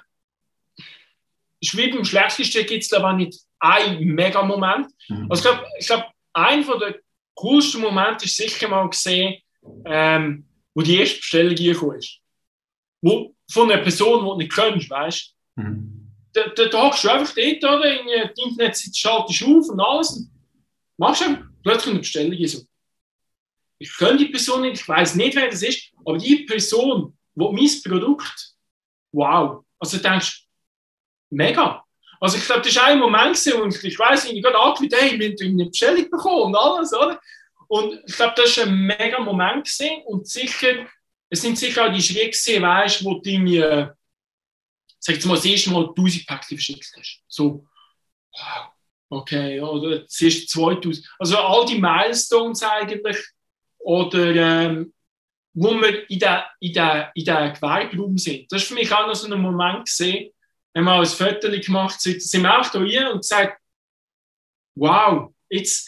wie beim Schlechtesten gibt es glaube ich nicht einen Mega-Moment. Also ich glaube, einer der coolsten Momente ist sicher mal gesehen, wo die erste Bestellung gekommen ist. Von einer Person, die du nicht kennst, weißt du? Da hockst du einfach dort, oder? In die Internetseite schaltest du auf und alles. Und machst du plötzlich eine Bestellung so. Ich kenne die Person nicht, ich weiß nicht, wer das ist, aber die Person, die mein Produkt, wow. Also du denkst, mega. Also ich glaube, das war ein Moment, wo ich weiss, ich gerade angerufen, hey, wir haben eine Bestellung bekommen und alles, oder? Und ich glaube, das war ein mega Moment gewesen. Und sicher, es sind sicher auch die Schritte gewesen, weißt du, wo du sag jetzt mal, das erste Mal 1000 Päckchen verschickt hast. So, wow, okay, oder das erste 2000. Also all die Milestones eigentlich, oder wo wir in der Gewerberaum sind. Das war für mich auch noch so ein Moment gewesen, wenn wir ein Foto gemacht haben, sind wir auch hier und gesagt, wow, jetzt,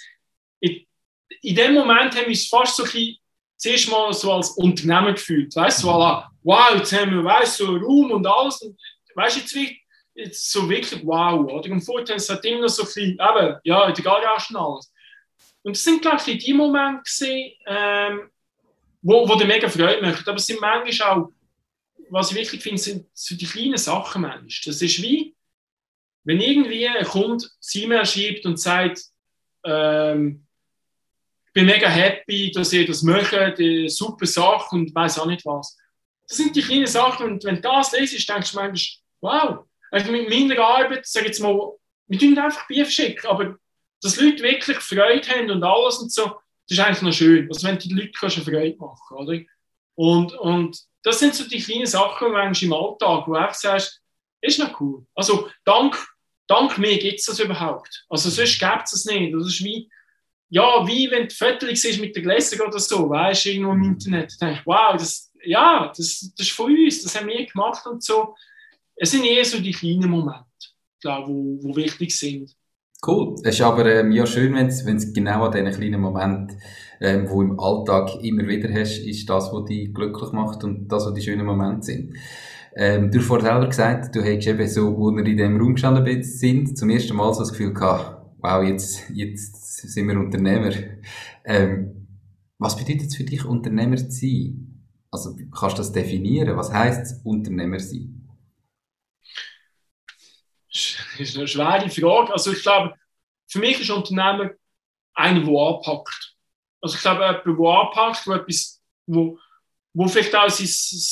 in dem Moment haben wir uns fast so ein bisschen, zuerst mal so als Unternehmer gefühlt. Weißt du, voilà, wow, jetzt haben wir, weißt, so Raum und alles. Und, weißt du, jetzt so wirklich wow. Oder? Und vorher hat es immer noch so ein bisschen, eben, ja, in der Garage und alles. Und das sind, glaube ich, die Momente gewesen, wo dir mega Freude machen. Aber es sind manchmal auch, was ich wirklich finde, sind so die kleinen Sachen manchmal. Das ist wie, wenn irgendwie ein Kunde eine E-Mail schreibt und sagt, ich bin mega happy, dass ihr das macht, eine super Sache und weiss auch nicht was. Das sind die kleinen Sachen und wenn du das lesest, denkst du manchmal, wow, also mit meiner Arbeit, sag jetzt mal, wir tun einfach Bier schicken, aber dass Leute wirklich Freude haben und alles und so, das ist eigentlich noch schön. Also wenn die Leute kannst du Freude machen, oder? Und das sind so die kleinen Sachen manchmal im Alltag, wo du einfach sagst, ist noch cool. Also dank mir gibt es das überhaupt. Also sonst gäbe es das nicht. Das ist wie wenn du Fotos siehst mit der Gläser oder so, weißt du, irgendwo im Internet, dann denke ich, wow, das ist von uns, das haben wir gemacht und so. Es sind eher so die kleinen Momente, glaube ich, die wichtig sind. Cool. Es ist aber ja schön, wenn es genau an diesen kleinen Momenten, wo im Alltag immer wieder hast, ist das, was dich glücklich macht und das, was die schönen Momente sind. Du hast vorhin selber gesagt, du hättest eben so, wo wir in diesem Raum gestanden sind, zum ersten Mal so das Gefühl gehabt, wow, jetzt sind wir Unternehmer. Was bedeutet es für dich, Unternehmer zu sein? Also, kannst du das definieren? Was heisst es, Unternehmer sein? Das ist eine schwere Frage. Also, ich glaube, für mich ist Unternehmer einer, der anpackt. Also, ich glaube, jemand, der anpackt, wo vielleicht auch sein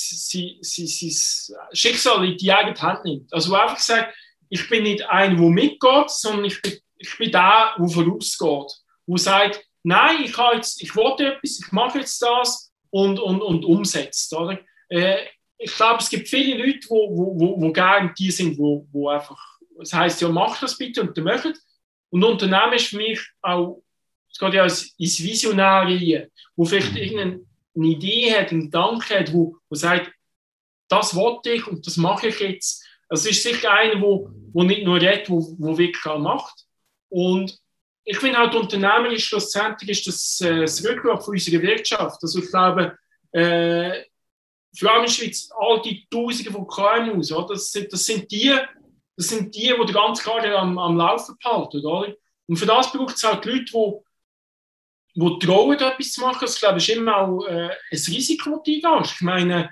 Schicksal in die eigene Hand nimmt. Also, wo einfach sagt, ich bin nicht einer, der mitgeht, sondern ich bin der, der vorausgeht. Der sagt, nein, ich will etwas, ich mache jetzt das und umsetzt. Oder? Ich glaube, es gibt viele Leute, die gerne die sind, die einfach, das heisst, ja, mach das bitte und dann machen. Und Unternehmen ist für mich auch, es geht ja ins Visionäre, wo vielleicht irgendeine Idee hat, einen Gedanken hat, wo sagt, das will ich und das mache ich jetzt. Es ist sicher einer, der nicht nur redet, der wirklich auch macht. Und ich finde halt, unternehmerisch schlussendlich ist das Rückgrat von unserer Wirtschaft. Also ich glaube, vor allem in der Schweiz, all die Tausende von KMUs, oder? Das sind die den ganzen Karriere am Laufen behalten. Oder? Und für das braucht es halt Leute, die trauen, etwas zu machen. Also ich glaube, es ist immer auch ein Risiko, das du eingehst. Ich meine,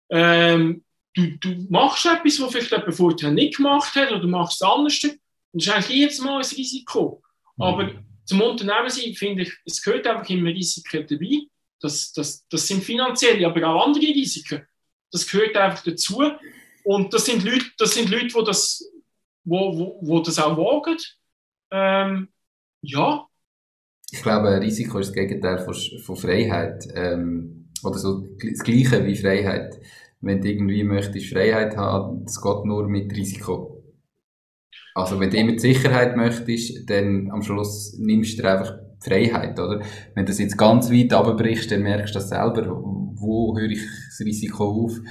du machst etwas, was vielleicht jemand vorher nicht gemacht hat, oder du machst es anders. Und das ist eigentlich jedes Mal ein Risiko. Aber zum Unternehmen sein, finde ich, es gehört einfach immer Risiken dabei. Das sind finanzielle, aber auch andere Risiken. Das gehört einfach dazu. Und das sind Leute, die das auch wagen. Ja. Ich glaube, Risiko ist das Gegenteil von Freiheit. Oder so das Gleiche wie Freiheit. Wenn du irgendwie möchtest Freiheit haben, das geht nur mit Risiko. Also wenn du immer die Sicherheit möchtest, dann am Schluss nimmst du dir einfach die Freiheit, oder? Wenn du das jetzt ganz weit runterbrichst, dann merkst du das selber. Wo höre ich das Risiko auf?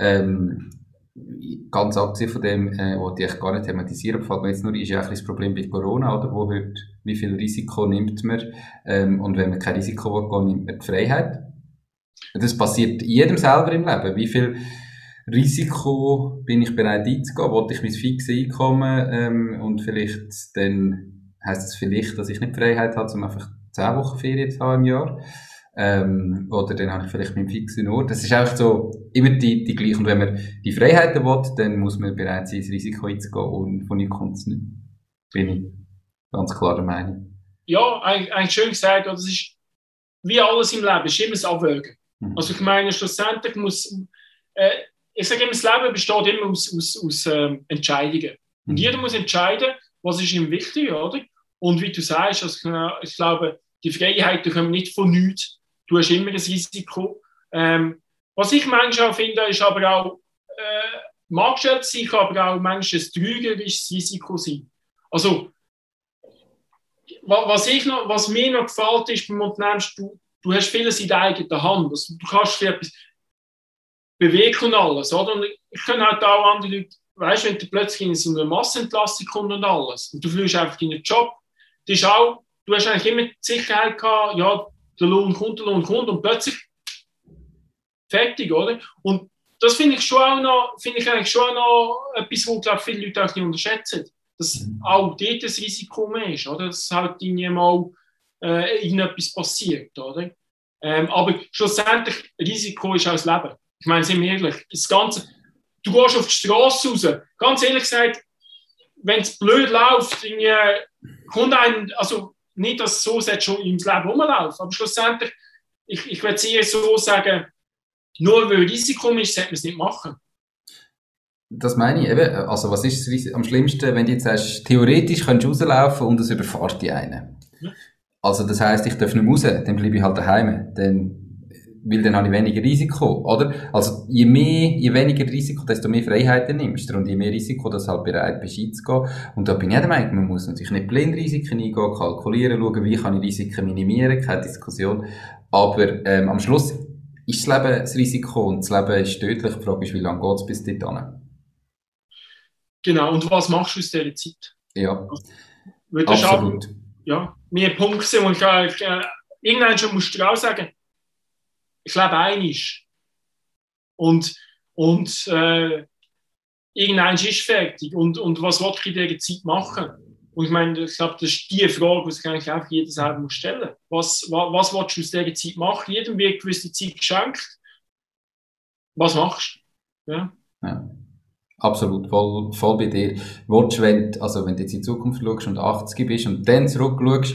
Ganz abgesehen von dem, was ich gar nicht thematisieren gefällt mir jetzt nur, ist ja auch das Problem bei Corona, oder? Wie viel Risiko nimmt man? Und wenn man kein Risiko will, nimmt man die Freiheit. Das passiert jedem selber im Leben. Wie viel Risiko bin ich bereit einzugehen? Wollte ich mein fixes Einkommen und vielleicht dann heisst es vielleicht, dass ich nicht die Freiheit habe, um einfach 10 Wochen Ferien zu haben im Jahr. Oder dann habe ich vielleicht meinen fixen Ort. Das ist einfach so immer die gleiche. Und wenn man die Freiheiten will, dann muss man bereit sein, das Risiko einzugehen. Und von ihr kommt es nicht. Bin ich ganz klar der Meinung. Ja, eigentlich schön gesagt. Das ist wie alles im Leben, ist immer das Abwägen. Also ich meine, schlussendlich ich sage immer, das Leben besteht immer aus Entscheidungen. Und jeder muss entscheiden, was ist ihm wichtig, oder? Und wie du sagst, also ich glaube, die Freiheiten kommen nicht von nichts. Du hast immer ein Risiko. Was ich manchmal auch finde, ist aber auch, Marktstelle sein kann aber auch manchmal ein trügerisches Risiko sein. Also, was mir noch gefällt, ist beim Unternehmen, du hast vieles in der eigenen Hand. Also, du kannst für etwas bewegen und alles, oder? Und ich kann halt auch andere Leute, weißt du, wenn du plötzlich in so eine Massenentlassung kommst und alles, und du fühlst einfach deinen Job, das ist auch, du hast eigentlich immer die Sicherheit gehabt, ja, der Lohn kommt und plötzlich fertig, oder? Und das finde ich eigentlich schon noch etwas, wo, glaube ich, viele Leute auch nicht unterschätzen. Dass auch dort das Risiko mehr ist, oder? Dass halt irgendwie mal irgendetwas passiert, oder? Aber schlussendlich, Risiko ist auch das Leben. Ich meine, sind wir ehrlich, das Ganze, du gehst auf die Straße raus, ganz ehrlich gesagt, wenn es blöd läuft, kommt ein, also nicht, dass es so schon ins Leben rumlaufen, aber schlussendlich, ich würde es eher so sagen, nur weil Risiko ist, sollte man es nicht machen. Das meine ich eben. Also was ist am schlimmsten, wenn du jetzt sagst, theoretisch könntest du rauslaufen und es überfährt dich einen. Ja. Also das heisst, ich darf nicht raus, dann bleibe ich halt daheim. Weil dann habe ich weniger Risiko, oder? Also je weniger Risiko, desto mehr Freiheiten nimmst du und je mehr Risiko, dass du halt bereit bist einzugehen. Und da bin ich der Meinung, man muss natürlich nicht blind Risiken eingehen, kalkulieren, schauen, wie kann ich Risiken minimieren, keine Diskussion. Aber am Schluss ist das Leben das Risiko und das Leben ist tödlich. Die Frage ist, wie lange geht es bis dorthin? Genau, und was machst du aus dieser Zeit? Ja, also, absolut. Ja, mir Punkt sind, und irgendwann schon musst du auch sagen, ich lebe einig. Und irgendwann ist es fertig. Und was will ich in dieser Zeit machen? Und ich meine, ich glaube, das ist die Frage, die sich eigentlich auch jeder selber stellen muss. Was willst du aus dieser Zeit machen? Jedem wird eine gewisse Zeit geschenkt. Was machst du? Ja. Absolut, voll bei dir. Willst du, wenn du jetzt in die Zukunft schaust und 80 bist und dann zurückschaust,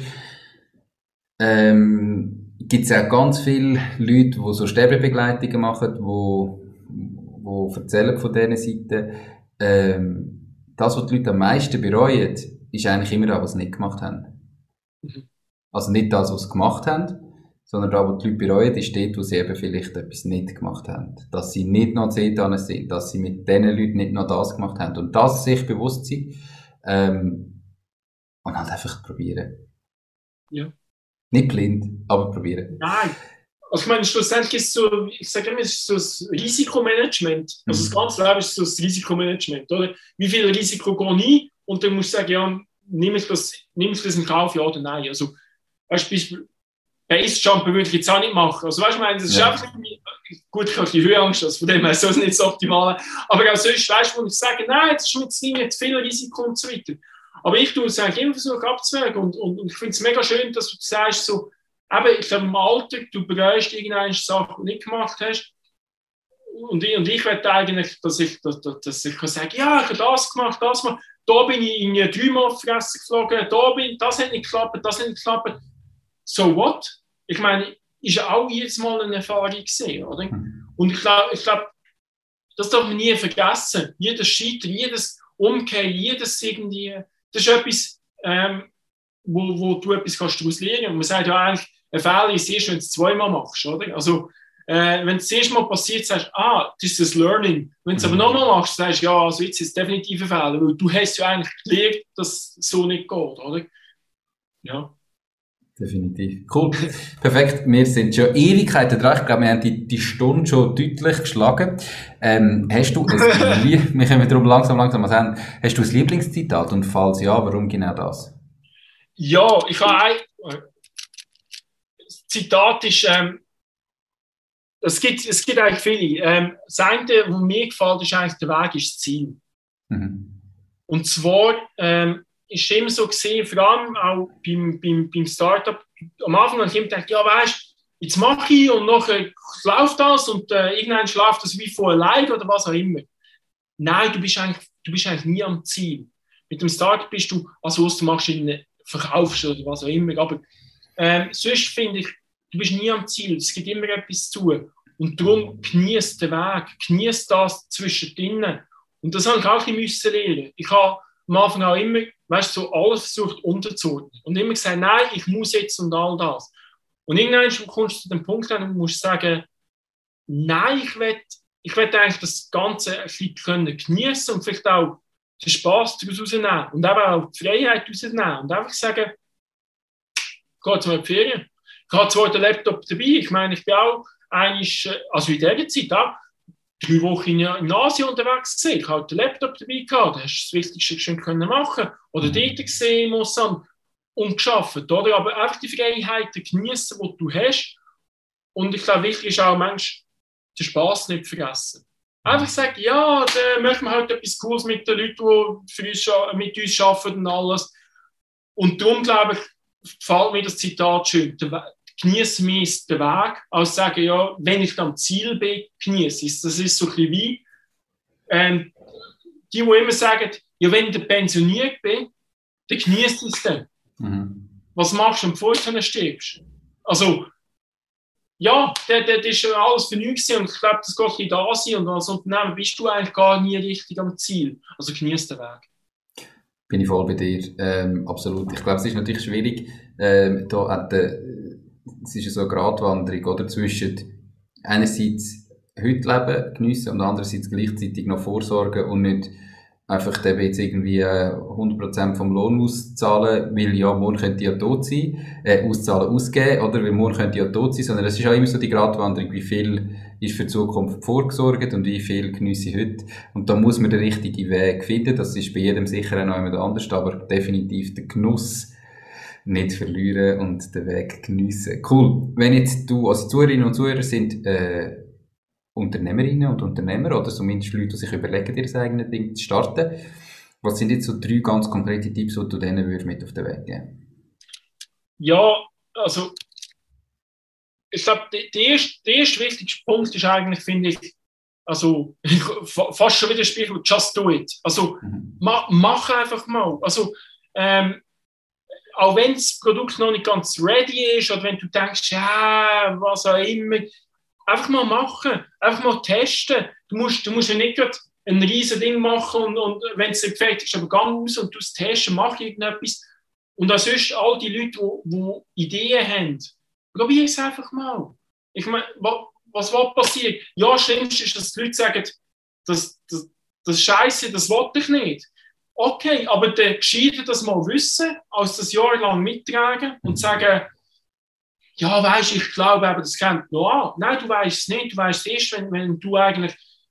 gibt es auch ganz viele Leute, die so Sterbebegleitungen machen, die erzählen von dieser Seite. Das, was die Leute am meisten bereuen, ist eigentlich immer das, was sie nicht gemacht haben. Also nicht das, was sie gemacht haben, sondern das, was die Leute bereuen, ist dort, wo sie eben vielleicht etwas nicht gemacht haben. Dass sie nicht noch dort sind, dass sie mit diesen Leuten nicht noch das gemacht haben. Und das sich bewusst sein und halt einfach probieren. Ja. Nicht blind, aber probieren. Nein, Also ich meine, schlussendlich ist es so, ich sage immer, es ist so das Risikomanagement. Also das ganze Leben ist so das Risikomanagement, oder? Wie viel Risiko gehe ich? Und dann musst du sagen, ja, nehme ich das in Kauf, ja oder nein? Also, weißt du, Basejumpen würde ich jetzt auch nicht machen. Also, weißt du, das ist einfach gut, ich habe die Höheangst, also von dem her ist das nicht so optimal. Aber auch sonst, weißt du, wo ich sage, nein, jetzt ist mir jetzt viel Risiko und so weiter. Aber ich tue es eigentlich immer versuchen abzuwägen und ich finde es mega schön, dass du sagst, so, eben, ich glaube, im Alter, du bereust irgendeine Sache, die du nicht gemacht hast. Und ich möchte eigentlich, dass ich kann sagen, ja, ich habe das gemacht. Da bin ich in 3-mal auf die Fresse geflogen, das hat nicht geklappt. So what? Ich meine, ist ja auch jedes Mal eine Erfahrung gesehen, oder? Und ich glaube, das darf man nie vergessen. Jedes Scheitern, jedes Umkehren, jedes irgendwie, das ist etwas, wo du etwas daraus lernen kannst. Und man sagt ja eigentlich, ein Fehler ist erst, wenn du es 2-mal machst, oder? Also, wenn es das erste Mal passiert, sagst du, das ist das Learning. Wenn du es aber nochmal machst, sagst du, ja, also jetzt ist es definitiv ein Fehler, weil du hast ja eigentlich gelernt, dass es so nicht geht, oder? Ja. Definitiv. Cool. Perfekt. Wir sind schon Ewigkeiten dran. Ich glaube, wir haben die Stunde schon deutlich geschlagen. Hast du wir kommen darum langsam ans Ende. Hast du ein Lieblingszitat? Und falls ja, warum genau das? Ja, ich habe das Zitat ist, es gibt eigentlich viele. Das eine, was mir gefällt, ist eigentlich, der Weg ist das Ziel. Und zwar ist immer so gesehen, vor allem auch beim Startup, am Anfang habe ich immer gedacht, ja weißt, jetzt mache ich und nachher läuft das und irgendwann schläft das wie von allein oder was auch immer. Nein, du bist eigentlich nie am Ziel. Mit dem Startup bist du, also was du machst, verkaufst oder was auch immer, aber sonst finde ich, du bist nie am Ziel, es gibt immer etwas zu tun. Und darum genießt den Weg, genießt das zwischendrin. Und das habe ich auch ein bisschen lernen. Ich habe am Anfang auch immer, weißt du, so alles versucht unterzuordnen. Und immer gesagt, nein, ich muss jetzt und all das. Und irgendwann kommst du zu dem Punkt, wo du musst sagen, nein, ich will eigentlich das Ganze ein bisschen genießen und vielleicht auch den Spass daraus rausnehmen und eben auch die Freiheit rausnehmen. Und einfach sagen, ich gehe jetzt mal in die Ferien. Ich habe zwar den Laptop dabei, ich meine, ich bin auch also in dieser Zeit auch 3 Wochen in Asien unterwegs gewesen. Ich habe den Laptop dabei gehabt, da hast du das Wichtigste schon machen. Oder dort gesehen in Mosambik und gearbeitet, oder? Aber einfach die Freiheiten genießen, die du hast. Und ich glaube, wichtig ist auch, manchmal den Spass nicht vergessen. Einfach sagen, ja, dann machen wir halt etwas Cooles mit den Leuten, die mit uns arbeiten und alles. Und darum, glaube ich, gefällt mir das Zitat schön. Genieße mir den Weg, als sagen, ja, wenn ich am Ziel bin, genieße es. Das ist so ein bisschen wie die immer sagen, ja, wenn ich pensioniert bin, dann genieße es dann. Was machst du, bevor du stirbst? Also, ja, das ist schon alles für nichts und ich glaube, das geht ein bisschen da sein und als Unternehmen bist du eigentlich gar nie richtig am Ziel. Also genieße den Weg. Bin ich voll bei dir, absolut. Ich glaube, es ist natürlich schwierig, es ist so eine Gratwanderung, oder, zwischen einerseits heute leben, geniessen und andererseits gleichzeitig noch vorsorgen und nicht einfach dem jetzt irgendwie 100% vom Lohn auszahlen, weil ja, morgen könnte ja tot sein, ausgeben, oder, weil morgen könnte ja tot sein, sondern es ist auch immer so die Gratwanderung, wie viel ist für die Zukunft vorgesorgt und wie viel geniesse ich heute. Und da muss man den richtigen Weg finden, das ist bei jedem sicher auch noch jemand anders, aber definitiv den Genuss nicht verlieren und den Weg geniessen. Cool. Wenn jetzt du, also Zuhörerinnen und Zuhörer sind Unternehmerinnen und Unternehmer oder zumindest Leute, die sich überlegen, ihr eigenes Ding zu starten, was sind jetzt so 3 ganz konkrete Tipps, die du denen mit auf den Weg geben? Ja, also ich glaube, der erste wichtigste Punkt ist eigentlich, finde ich, also fast schon wieder Sprichwort, just do it. Also mach einfach mal. Also auch wenn das Produkt noch nicht ganz ready ist oder wenn du denkst, ja, was auch immer, einfach mal machen, einfach mal testen. Du musst ja nicht gerade ein riesen Ding machen und wenn es nicht fertig ist, aber geh raus und du es testen, mach irgendetwas. Und auch sonst all die Leute, die Ideen haben, probier es einfach mal. Ich meine, was passiert? Ja, das Schlimmste ist, dass die Leute sagen, das Scheiße, das wollte ich nicht. Okay, aber dann gescheiter das mal wissen, als das jahrelang mittragen und sagen, ja, weißt, ich glaube eben, das kommt noch an. Nein, du weißt es nicht. Du weißt es erst, wenn du eigentlich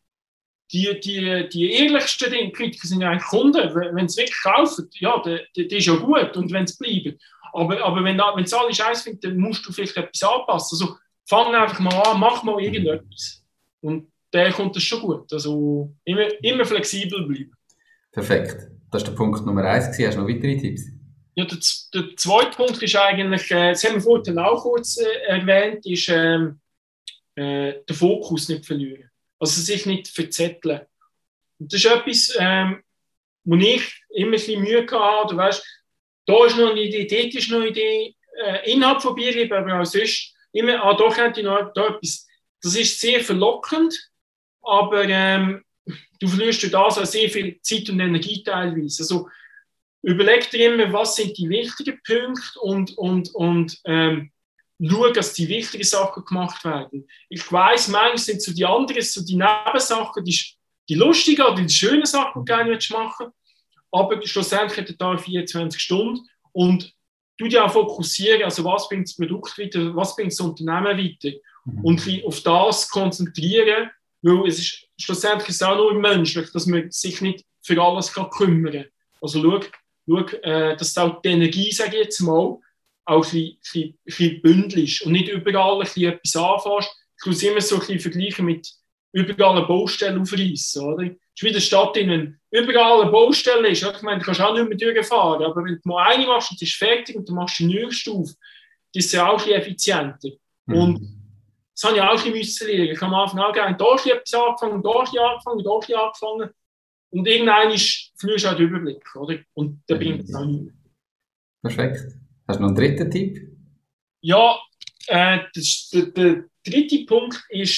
die ehrlichsten Dinge, Kritiker sind ja eigentlich Kunden. Wenn sie wirklich kaufen, ja, das ist ja gut. Und wenn sie bleiben. Aber wenn sie alle Scheiß finden, dann musst du vielleicht etwas anpassen. Also fang einfach mal an, mach mal irgendetwas. Und dann kommt das schon gut. Also immer flexibel bleiben. Perfekt. Das war der Punkt Nummer 1. Hast du noch weitere Tipps? Ja, der zweite Punkt ist eigentlich, das haben wir vorhin auch kurz erwähnt, ist den Fokus nicht verlieren. Also sich nicht verzetteln. Und das ist etwas, wo ich immer ein bisschen Mühe hatte. Weißt, da ist noch eine Idee, dort ist noch eine Idee, innerhalb von Bierlieb, aber auch sonst immer, da könnte ich noch da etwas. Das ist sehr verlockend, aber du verlierst durch das auch sehr viel Zeit und Energie teilweise. Also, überleg dir immer, was sind die wichtigen Punkte und schau, dass die wichtigen Sachen gemacht werden. Ich weiss, manchmal sind so die anderen, so die Nebensachen, die lustigen oder die schönen Sachen, die du gerne machen willst. Aber schlussendlich hat der Tag 24 Stunden und du dich auch fokussieren, also was bringt das Produkt weiter, was bringt das Unternehmen weiter und auf das konzentrieren, weil es ist schlussendlich ist es auch nur menschlich, dass man sich nicht für alles kümmern kann. Also schau, dass auch die Energie, sage ich jetzt mal, auch ein bisschen bündelst und nicht überall ein bisschen etwas anfängst. Ich muss immer so ein bisschen vergleichen mit überall eine Baustelle aufreißen, oder? Es ist wie in der Stadt, wenn überall eine Baustelle ist. Ich meine, du kannst auch nicht mehr durchfahren, aber wenn du mal eine machst und die ist fertig und du machst die nächste auf, das ist ja auch ein bisschen effizienter. Und das habe ich auch ein bisschen lernen. Ich habe am Anfang auch gerne da etwas angefangen, da angefangen. Und irgendwann verlierst du auch den Überblick, oder? Und da bringt es auch nicht mehr. Perfekt. Hast du noch einen dritten Tipp? Ja, der dritte Punkt ist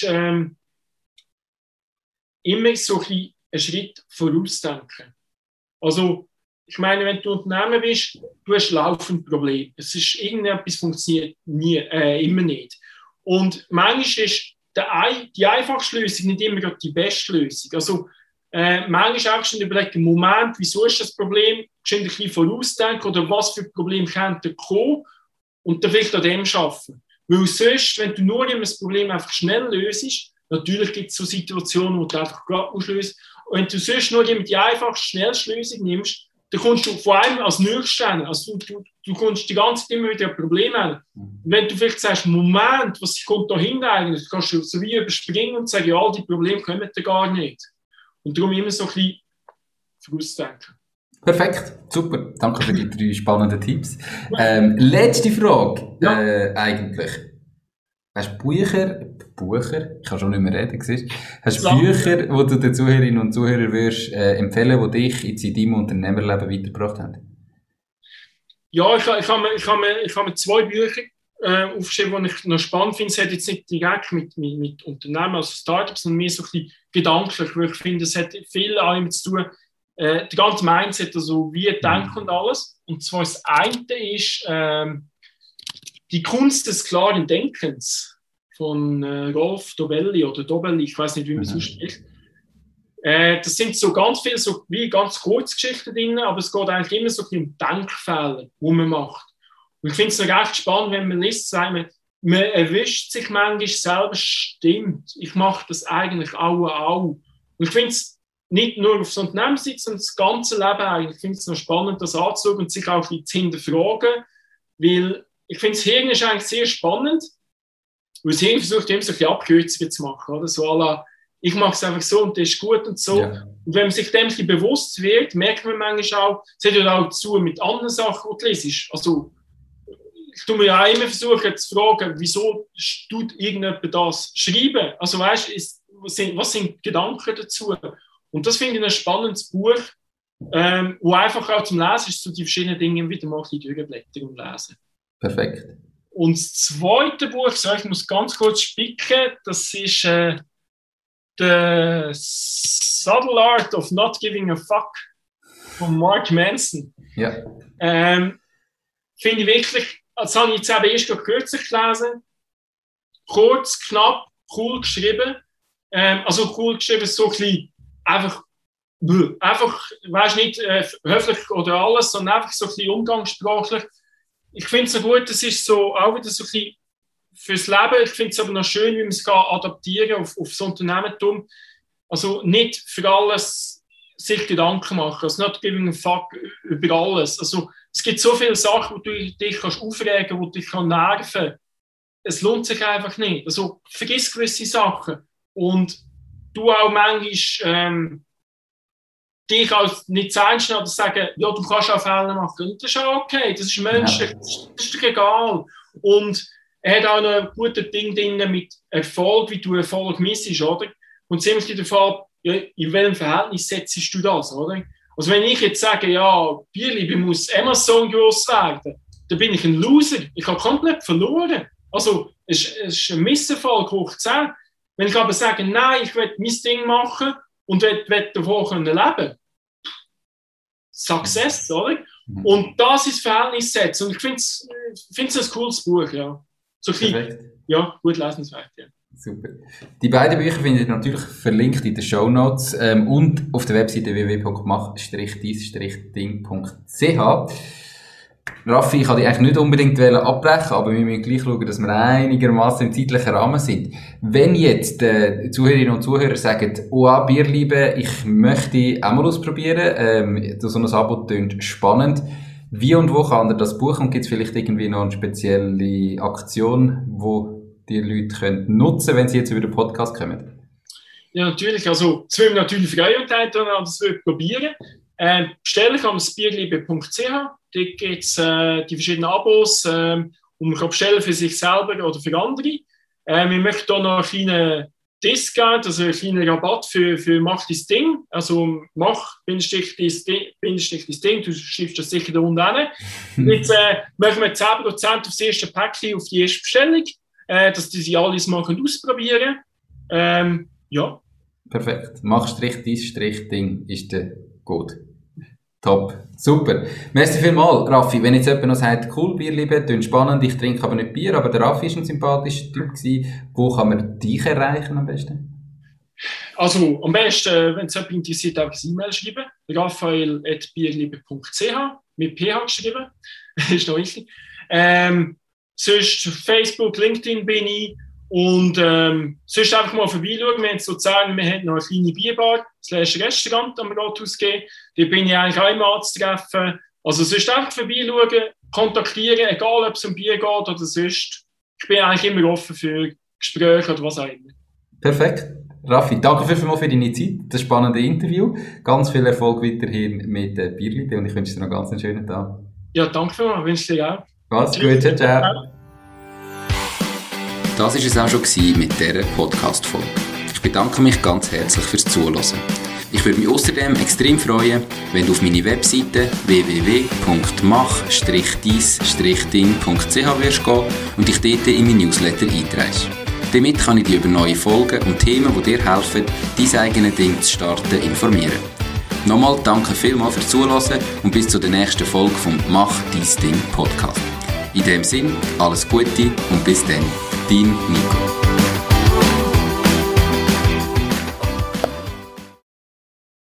immer so ein Schritt vorausdenken. Also, ich meine, wenn du Unternehmer bist, du hast laufend Probleme. Es ist irgendetwas funktioniert immer nicht. Und manchmal ist die einfachste Lösung nicht immer die beste Lösung. Also, manchmal auch schon überlegen, Moment, wieso ist das Problem? Schon ein bisschen vorausdenken oder was für Probleme könnte kommen und dann vielleicht an dem arbeiten. Weil sonst, wenn du nur immer das Problem einfach schnell löst, natürlich gibt es so Situationen, wo du einfach gerade lösen musst. Und wenn du sonst nur die einfachste, schnellste Lösung nimmst, dann kommst du vor allem als Nächstes hin. Also du kommst die ganze Zeit immer wieder Probleme hin. Und wenn du vielleicht sagst, Moment, was kommt da hinten eigentlich, kannst du so wie überspringen und sagen, ja, die Probleme kommen da gar nicht. Und darum immer so ein bisschen vorausdenken. Perfekt, super. Danke für die 3 spannenden Tipps. Letzte Frage, eigentlich. Hast du Bücher, ich kann schon nicht mehr reden, siehst? Hast du Bücher, die du den Zuhörerinnen und Zuhörern würdest, empfehlen, die dich in deinem Unternehmerleben weitergebracht haben? Ja, ich habe mir 2 Bücher aufgeschrieben, die ich noch spannend finde. Es hat jetzt nicht direkt mit Unternehmen, also Startups, sondern mehr so ein bisschen gedanklich, weil ich finde, es hat viel an ihm zu tun, der ganze Mindset, also wie denken und alles. Und zwar das eine ist die Kunst des klaren Denkens von Rolf Dobelli oder Dobelli, ich weiß nicht, wie man es ausspricht. Das sind so ganz viele, so wie ganz Kurzgeschichten drin, aber es geht eigentlich immer so ein bisschen um Denkfehler, die man macht. Und ich finde es noch recht spannend, wenn man liest, sagt man erwischt sich manchmal selber, stimmt, ich mache das eigentlich auch. Und ich finde es nicht nur auf so einem Unternehmenssitz, sondern das ganze Leben eigentlich. Ich finde es noch spannend, das anzuschauen und sich auch ein bisschen zu hinterfragen, weil ich finde, das Hirn ist eigentlich sehr spannend, weil das Hirn versucht immer so ein bisschen Abkürzungen zu machen, oder? So à la, ich mache es einfach so und das ist gut und so. Ja. Und wenn man sich dem ein bisschen bewusst wird, merkt man manchmal auch, es hat ja auch zu mit anderen Sachen, die du liest. Also, ich tue mir ja auch immer versuchen zu fragen, wieso tut irgendjemand das schreiben? Also, weißt du, was sind Gedanken dazu? Und das finde ich ein spannendes Buch, wo einfach auch zum Lesen ist, so die verschiedenen Dinge wieder mal ein bisschen durchblättern und lesen. Perfekt. Und das zweite Buch, so, ich muss ganz kurz spicken, das ist The Subtle Art of Not Giving a Fuck von Mark Manson. Ja. Finde ich wirklich, das habe ich jetzt eben erst kürzlich gelesen. Kurz, knapp, cool geschrieben. Also cool geschrieben, so ein bisschen einfach, weißt nicht höflich oder alles, sondern einfach so ein bisschen umgangssprachlich. Ich finde es so gut, das ist so auch wieder so ein bisschen fürs Leben. Ich finde es aber noch schön, wie man es adaptieren auf das Unternehmertum. Also nicht für alles sich Gedanken machen. Also nicht giving a fuck über alles. Also es gibt so viele Sachen, wo du dich kannst aufregen, wo du dich nerven kannst. Es lohnt sich einfach nicht. Also vergiss gewisse Sachen. Und du auch manchmal dich als nicht zu ernst nehmen oder sagen, ja, du kannst auch Fehler machen. Und das ist auch okay, das ist menschlich, das ist dir egal. Und er hat auch noch ein gutes Ding drin mit Erfolg, wie du Erfolg missest, oder? Und ziemlich der Fall, ja, in welchem Verhältnis setzt du das, oder? Also wenn ich jetzt sage, ja, Bierli, ich muss Amazon gross werden, dann bin ich ein Loser. Ich habe komplett verloren. Also es ist ein Misserfolg hoch 10. Wenn ich aber sage, nein, ich will mein Ding machen und will davon leben, Success, oder? Und das ist Verhältnis setzen. Und ich finde es ein cooles Buch, ja. So viel, ja, gut lesenswert, ja. Super. Die beiden Bücher findet ihr natürlich verlinkt in den Shownotes und auf der Webseite www.mach-dies-ding.ch. Raffi, ich wollte dich eigentlich nicht unbedingt abbrechen, aber wir müssen gleich schauen, dass wir einigermaßen im zeitlichen Rahmen sind. Wenn jetzt die Zuhörerinnen und Zuhörer sagen, oh, Bierliebe, ich möchte auch mal ausprobieren, so ein Abo klingt spannend. Wie und wo kann er das buchen? Und gibt es vielleicht irgendwie noch eine spezielle Aktion, wo die Leute können nutzen, wenn sie jetzt über den Podcast kommen? Ja, natürlich. Also, das will ich natürlich freuen und das will ich probieren. Bestellen kann man bierliebe.ch. Dort gibt es die verschiedenen Abos und man kann bestellen für sich selber oder für andere. Wir möchten hier noch einen kleinen Discount, also einen kleinen Rabatt für Mach dein Ding. Also mach-dein Ding, du schreibst das sicher da unten hin. Jetzt machen wir 10% auf das erste Päckchen auf die erste Bestellung, dass die sie alles mal ausprobieren können. Ja. Perfekt. Mach-dein-Ding ist der gut. Top. Super. Merci vielmals, Raffi. Wenn jetzt jemand noch sagt, cool, Bierliebe, klingt spannend, ich trinke aber nicht Bier, aber der Raffi war ein sympathischer Typ gewesen. Wo kann man dich erreichen am besten? Also, am besten, wenn es jemand interessiert, einfach ein E-Mail schreiben. raphael@bierliebe.ch mit PH geschrieben. Das ist noch wichtig. Sonst Facebook, LinkedIn bin ich. Und sonst einfach mal vorbeischauen. Wir haben sozusagen, wir haben noch eine kleine Bierbar /Restaurant am Rathaus gegeben. Da bin ich eigentlich auch immer anzutreffen. Also sonst einfach vorbeischauen, kontaktieren, egal ob es um Bier geht oder sonst. Ich bin eigentlich immer offen für Gespräche oder was auch immer. Perfekt. Raffi, danke vielmals für deine Zeit, das spannende Interview. Ganz viel Erfolg weiterhin mit Bierliebe und ich wünsche dir noch ganz einen schönen Tag. Ja, danke vielmals, wünsche dir auch. Mach's gut, ciao, ciao. Das war es auch schon mit dieser Podcast-Folge. Ich bedanke mich ganz herzlich fürs Zuhören. Ich würde mich außerdem extrem freuen, wenn du auf meine Webseite www.mach-dies-ding.ch wirst gehen und dich dort in mein Newsletter einträgst. Damit kann ich dich über neue Folgen und Themen, die dir helfen, dein eigenes Ding zu starten, informieren. Nochmal danke vielmals fürs Zuhören und bis zur nächsten Folge vom Mach Dies Ding Podcast. In dem Sinn, alles Gute und bis dann, dein Nico.